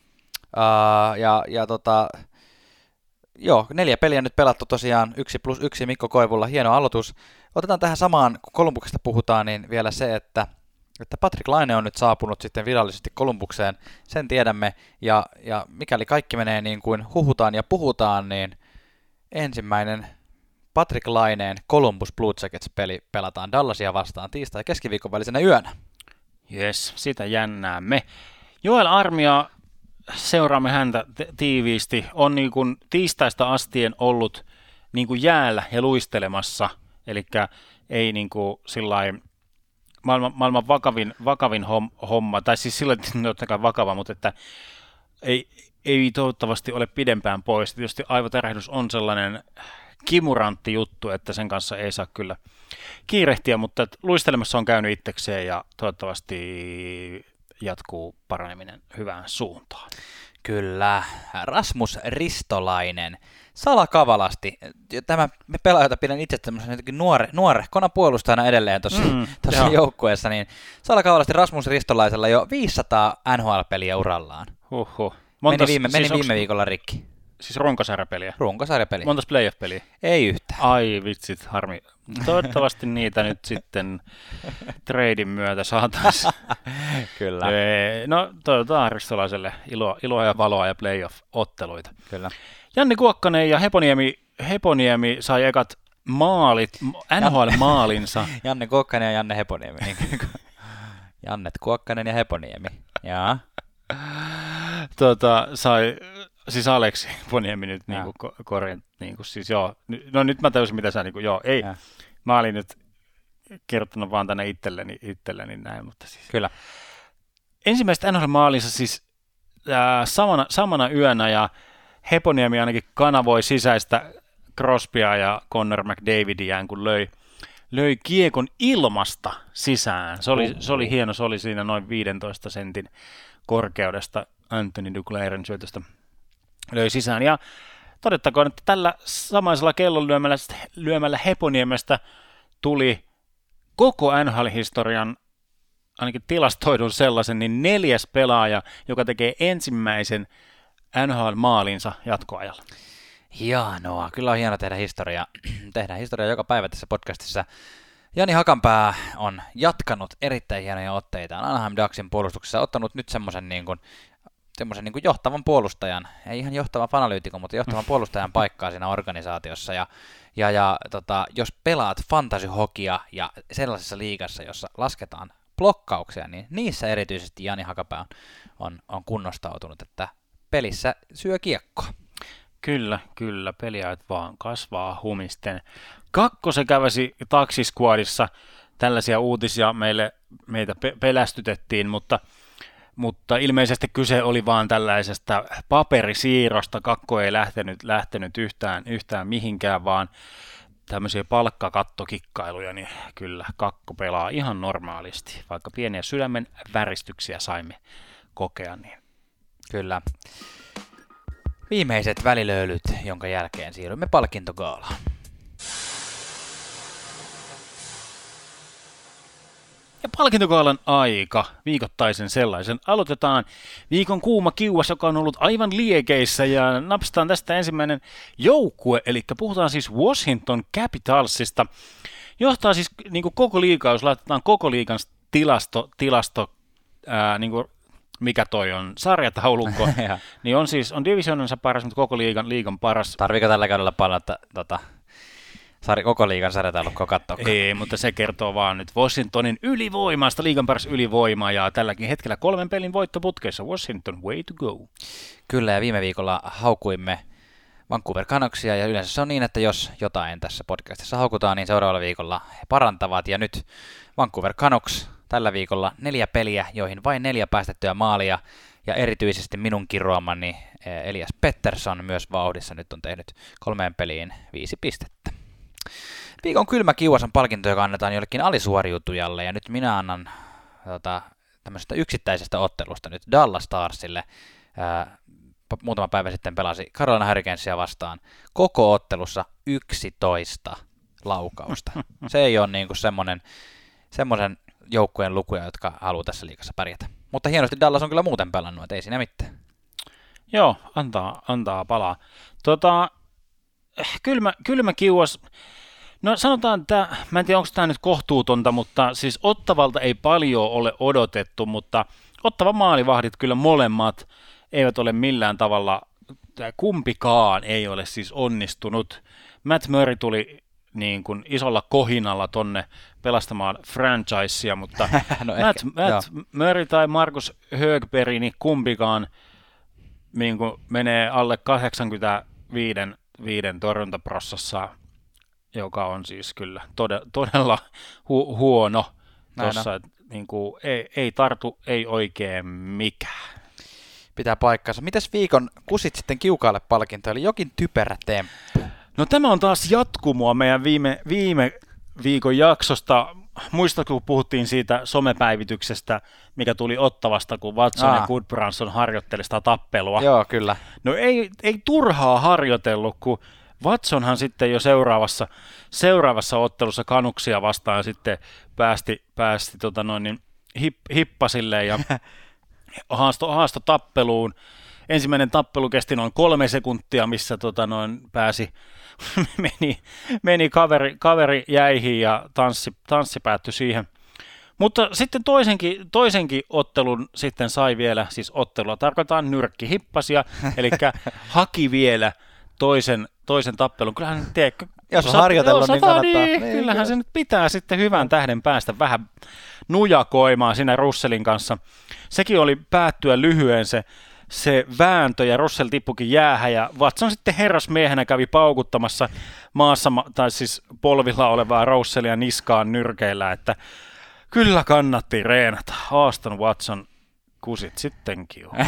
4 peliä nyt pelattu tosiaan, 1+1 Mikko Koivulla, hieno aloitus. Otetaan tähän samaan, kun Columbuksesta puhutaan, niin vielä se, että Patrik Laine on nyt saapunut sitten virallisesti Columbukseen, sen tiedämme, ja mikäli kaikki menee niin kuin huhutaan ja puhutaan, niin ensimmäinen Patrik Laineen Columbus Blue Jackets-peli pelataan Dallasia vastaan tiistai- ja keskiviikon välisenä yönä. Jes, sitä jännäämme. Joel Armia, seuraamme häntä tiiviisti, on niin kuin tiistaista astien ollut niin kuin jäällä ja luistelemassa, eli ei niin kuin sillain maailman vakavin homma, tai siis sillä tavalla vakava, mutta että ei toivottavasti ole pidempään pois. Tietysti aivotärähdys on sellainen kimurantti juttu, että sen kanssa ei saa kyllä kiirehtiä, mutta luistelemassa on käynyt itsekseen ja toivottavasti jatkuu paraneminen hyvään suuntaan. Kyllä, Rasmus Ristolainen salakavalasti. Me pelaajata pidän itse tämmöisen jotenkin nuorehkona puolustajana edelleen tuossa joukkueessa, niin salakavalasti Rasmus Ristolaisella jo 500 NHL-peliä urallaan. Meni viime viikolla rikki. Siis runkosarjapeliä? Runkosarjapeliä. Montas playoff-peliä? Ei yhtään. Ai vitsit, harmi. Toivottavasti niitä nyt sitten treidin myötä saataisiin. Kyllä. No toivotaan Ristolaiselle iloa ja valoa ja playoff-otteluita. Kyllä. Janne Kuokkanen ja Heponiemi sai ekat maalit, NHL-maalinsa. Janne Kuokkanen ja Janne Heponiemi. Jannet Kuokkanen ja Heponiemi. Jaa. Sai... Siis Aleksi Poniemi nyt niinku korjaan, niinku siis joo, no nyt mä täysin mitä sä niinku, joo, ei, mä olin nyt kertonut vaan tänne itselleni näin, mutta siis. Kyllä. Ensimmäistä NHL-maalinsa siis samana yönä ja Heponiemi ainakin kanavoi sisäistä Crosbya ja Connor McDavidiään, kun löi kiekon ilmasta sisään. Se oli hieno, se oli siinä noin 15 sentin korkeudesta Anthony Duclairen syötöstä. Löi sisään ja todettakoon, että tällä samaisella kellon lyömällä Heponiemestä tuli koko NHL-historian ainakin tilastoidun sellaisen, niin 4. pelaaja, joka tekee ensimmäisen NHL-maalinsa jatkoajalla. Hienoa, kyllä on hienoa tehdä historiaa. Tehdään historiaa joka päivä tässä podcastissa. Jani Hakanpää on jatkanut erittäin hienoja otteitaan Anaheim Ducksin puolustuksessa, ottanut nyt semmoisen niin kuin johtavan puolustajan, ei ihan johtavan fanalyytikon, mutta johtavan puolustajan paikkaa siinä organisaatiossa. Jos pelaat fantasy-hokia ja sellaisessa liigassa, jossa lasketaan blokkauksia, niin niissä erityisesti Jani Hakapää on kunnostautunut, että pelissä syö kiekkoa. Kyllä, peliajat vaan kasvaa humisten. Kakkosen käväsi taksiskuadissa, tällaisia uutisia meitä pelästytettiin, mutta ilmeisesti kyse oli vaan tällaisesta paperisiirrosta. Kakko ei lähtenyt yhtään mihinkään, vaan tämmöisiä palkkakattokikkailuja, niin kyllä Kakko pelaa ihan normaalisti, vaikka pieniä sydämen väristyksiä saimme kokea. Niin. Kyllä. Viimeiset välilöylyt, jonka jälkeen siirrymme palkintogaalaan. Ja palkintokaalan aika, viikoittaisen sellaisen. Aloitetaan viikon kuuma kiuas, joka on ollut aivan liekeissä, ja napstaan tästä ensimmäinen joukkue, eli puhutaan siis Washington Capitalsista. Johtaa siis niin kuin koko liigaa, jos laitetaan koko liigan tilasto niin kuin, mikä toi on, sarjataulukko, niin on divisionansa paras, mutta koko liigan paras. Tarviiko tällä kaudella paljon, että koko liigan sarjataulukkoa katsoa? Ei, mutta se kertoo vaan nyt Washingtonin ylivoimasta, liigan paras ylivoima, ja tälläkin hetkellä 3 pelin voittoputkeessa Washington, way to go. Kyllä, ja viime viikolla haukuimme Vancouver Canucksia, ja yleensä se on niin, että jos jotain tässä podcastissa haukutaan, niin seuraavalla viikolla he parantavat, ja nyt Vancouver Canucks tällä viikolla 4 peliä, joihin vain 4 päästettyä maalia, ja erityisesti minun kiroamani Elias Pettersson myös vauhdissa nyt on tehnyt 3 peliin 5 pistettä. Viikon kylmä kiuas on palkinto, joka annetaan jollekin alisuoriutujalle, ja nyt minä annan tämmöisestä yksittäisestä ottelusta nyt Dallas Starsille. Muutama päivä sitten pelasi Carolina Hurricanesia vastaan koko ottelussa 11 laukausta. Se ei ole niinku semmoisen joukkueen lukuja, jotka haluaa tässä liigassa pärjätä. Mutta hienosti Dallas on kyllä muuten pelannut, et ei siinä mitään. Joo, antaa palaa. Kylmä kiuas. No sanotaan, että mä en tiedä, onko tämä nyt kohtuutonta, mutta siis Ottavalta ei paljon ole odotettu, mutta Ottavan maalivahdit kyllä molemmat eivät ole millään tavalla, kumpikaan ei ole siis onnistunut. Matt Murray tuli niin kuin isolla kohinalla tonne pelastamaan franchisea, mutta no Matt Murray tai Marcus Högberg, niin kumpikaan niin kuin menee alle 85 torjuntaprossassa, joka on siis kyllä todella huono tuossa, niin kuin ei tartu, ei oikein mikään. Pitää paikkansa. Mitäs viikon kusit sitten kiukaalle palkinto, eli jokin typerä temppu? No tämä on taas jatkumoa meidän viime viikon jaksosta. Muistatko, kun puhuttiin siitä somepäivityksestä, mikä tuli Ottavasta, kun Watson ja Goodbranson harjoitteli sitä tappelua? Joo, kyllä. No ei turhaa harjoitellut, kun Watsonhan sitten jo seuraavassa ottelussa Canucksia vastaan sitten päästi hippasille ja haasto tappeluun. Ensimmäinen tappelu kesti noin 3 sekuntia, missä meni kaveri jäihin ja tanssi päättyi siihen. Mutta sitten toisenkin ottelun sitten sai vielä, siis ottelua tarkoitaan nyrkkihippasia, eli haki vielä toisen tappelun. Kyllähän tiedätkö, jos on harjoitellut, niin kannattaa. Niin, kyllähän se nyt pitää sitten hyvän tähden päästä vähän nujakoimaan siinä Russellin kanssa. Sekin oli päättyä lyhyen se vääntö, ja Russell tippukin jäähän, ja Watson sitten herrasmiehenä kävi paukuttamassa maassa, tai siis polvilla olevaa Russellia niskaan nyrkeillä, että kyllä kannatti reenata. Auston Watson kusit sittenkin on.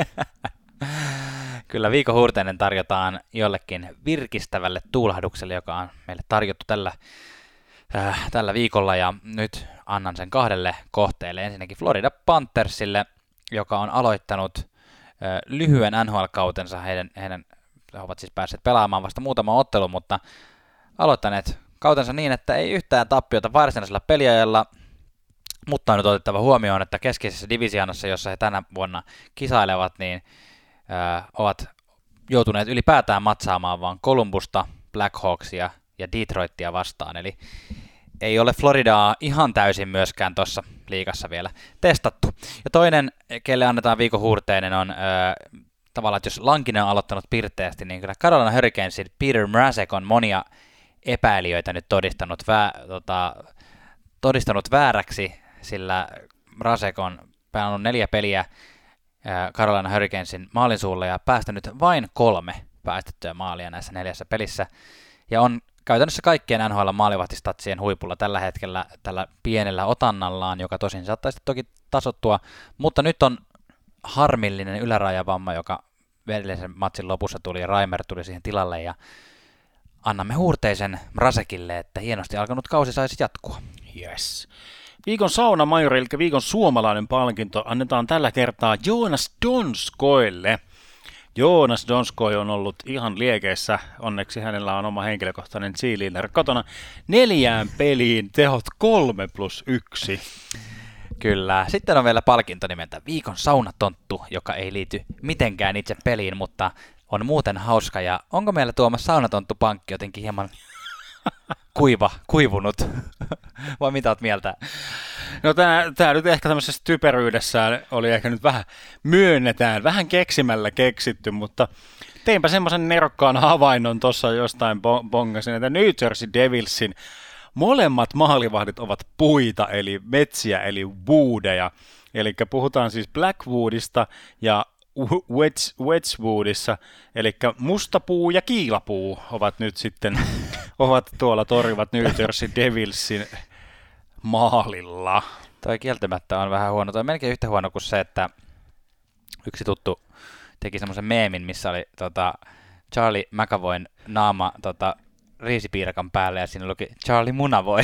Kyllä viikon huurteinen tarjotaan jollekin virkistävälle tuulahdukselle, joka on meille tarjottu tällä viikolla, ja nyt annan sen 2 kohteelle. Ensinnäkin Florida Panthersille, joka on aloittanut lyhyen NHL-kautensa. He ovat siis päässeet pelaamaan vasta muutama ottelu, mutta aloittaneet kautensa niin, että ei yhtään tappiota varsinaisella peliajalla, mutta on nyt otettava huomioon, että keskeisessä divisioonassa, jossa he tänä vuonna kisailevat, niin ovat joutuneet ylipäätään matsaamaan vaan Columbusta, Blackhawksia ja Detroitia vastaan, eli ei ole Floridaa ihan täysin myöskään tuossa liigassa vielä testattu. Ja toinen, kelle annetaan viikon huurteinen, on tavallaan, että jos Lankinen on aloittanut pirteästi, niin kyllä Carolina Hurricanesin Peter Mrazek on monia epäilijöitä nyt todistanut vääräksi, sillä Mrazek on pelannut 4 peliä Carolina Hurricanesin maalinsuulla ja päästänyt vain 3 päästettyä maalia näissä 4 pelissä, ja on käytännössä kaikkien NHL-maalivahtistatsien huipulla tällä hetkellä tällä pienellä otannallaan, joka tosin saattaisi toki tasoittua, mutta nyt on harmillinen ylärajavamma, joka edellisen matsin lopussa tuli, ja Reimer tuli siihen tilalle, ja annamme huurteisen Mrazekille, että hienosti alkanut kausi saisi jatkua. Yes. Viikon saunamajori, eli viikon suomalainen palkinto, annetaan tällä kertaa Joonas Donskoille, Joonas Donskoi on ollut ihan liekeissä. Onneksi hänellä on oma henkilökohtainen cheerleader kotona. 4 peliin tehot 3+1. Kyllä. Sitten on vielä palkinto nimeltä Viikon saunatonttu, joka ei liity mitenkään itse peliin, mutta on muuten hauska. Ja onko meillä Tuomas saunatonttupankki jotenkin hieman kuivunut? Vai mitä oot mieltä? No tää nyt ehkä tämmöisessä typeryydessään oli ehkä nyt myönnetään, vähän keksimällä keksitty, mutta teinpä semmoisen nerokkaan havainnon tuossa jostain bongasin, että New Jersey Devilsin molemmat maalivahdit ovat puita, eli metsiä, eli woodeja. Eli puhutaan siis Blackwoodista ja Wedgwoodissa, eli mustapuu ja kiilapuu ovat nyt sitten torjuvat New Jersey Devilsin maalilla. Toi kieltämättä on vähän huono. Toi on melkein yhtä huono kuin se, että yksi tuttu teki semmoisen meemin, missä oli Charlie McAvoyn naama riisipiirakan päälle ja siinä luki Charlie Munavoi.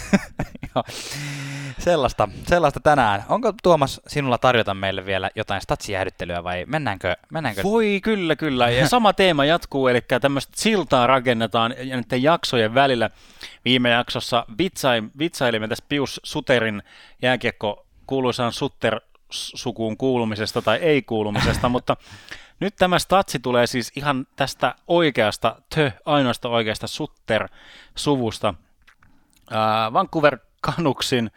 Sellaista tänään. Onko Tuomas sinulla tarjota meille vielä jotain statsijäähdyttelyä vai mennäänkö? Voi kyllä. Ja sama teema jatkuu, eli tämmöistä siltaa rakennetaan näiden jaksojen välillä. Viime jaksossa vitsailimme tästä Pius Suterin jääkiekko kuuluisaan Sutter-sukuun kuulumisesta tai ei kuulumisesta, mutta nyt tämä statsi tulee siis ihan tästä ainoasta oikeasta Sutter-suvusta. Vancouver Canucksin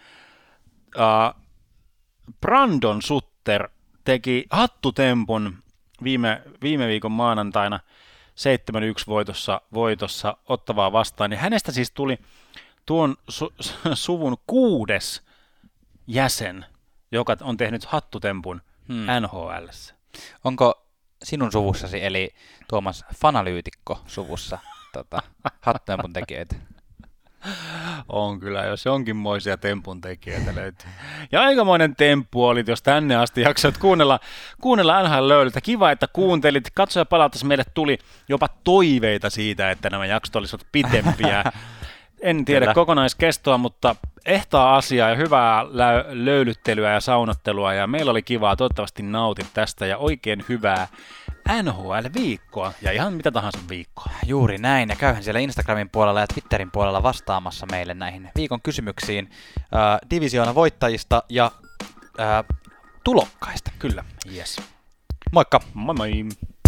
Brandon Sutter teki hattutempun viime viikon maanantaina 7-1 voitossa Ottavaa vastaan. Ja hänestä siis tuli tuon suvun 6. jäsen, joka on tehnyt hattutempun NHL:ssä. Onko sinun suvussasi, eli Tuomas Fanalyytikko suvussa hattutempun tekijöitä? On kyllä, jos jonkinmoisia tempuntekijöitä löytyy. Ja aikamoinen temppu oli, jos tänne asti jaksoit kuunnella NHL-löylytä. Kiva, että kuuntelit. Katsoja palautteessa meille tuli jopa toiveita siitä, että nämä jaksot olisivat pitempiä. En tiedä kyllä kokonaiskestoa, mutta ehtaa asiaa ja hyvää löylyttelyä ja saunottelua. Ja meillä oli kivaa, toivottavasti nautit tästä ja oikein hyvää NHL-viikkoa ja ihan mitä tahansa viikkoa. Juuri näin, ja käyhän siellä Instagramin puolella ja Twitterin puolella vastaamassa meille näihin viikon kysymyksiin divisioona voittajista ja tulokkaista. Kyllä, yes. Moikka! Moi moi!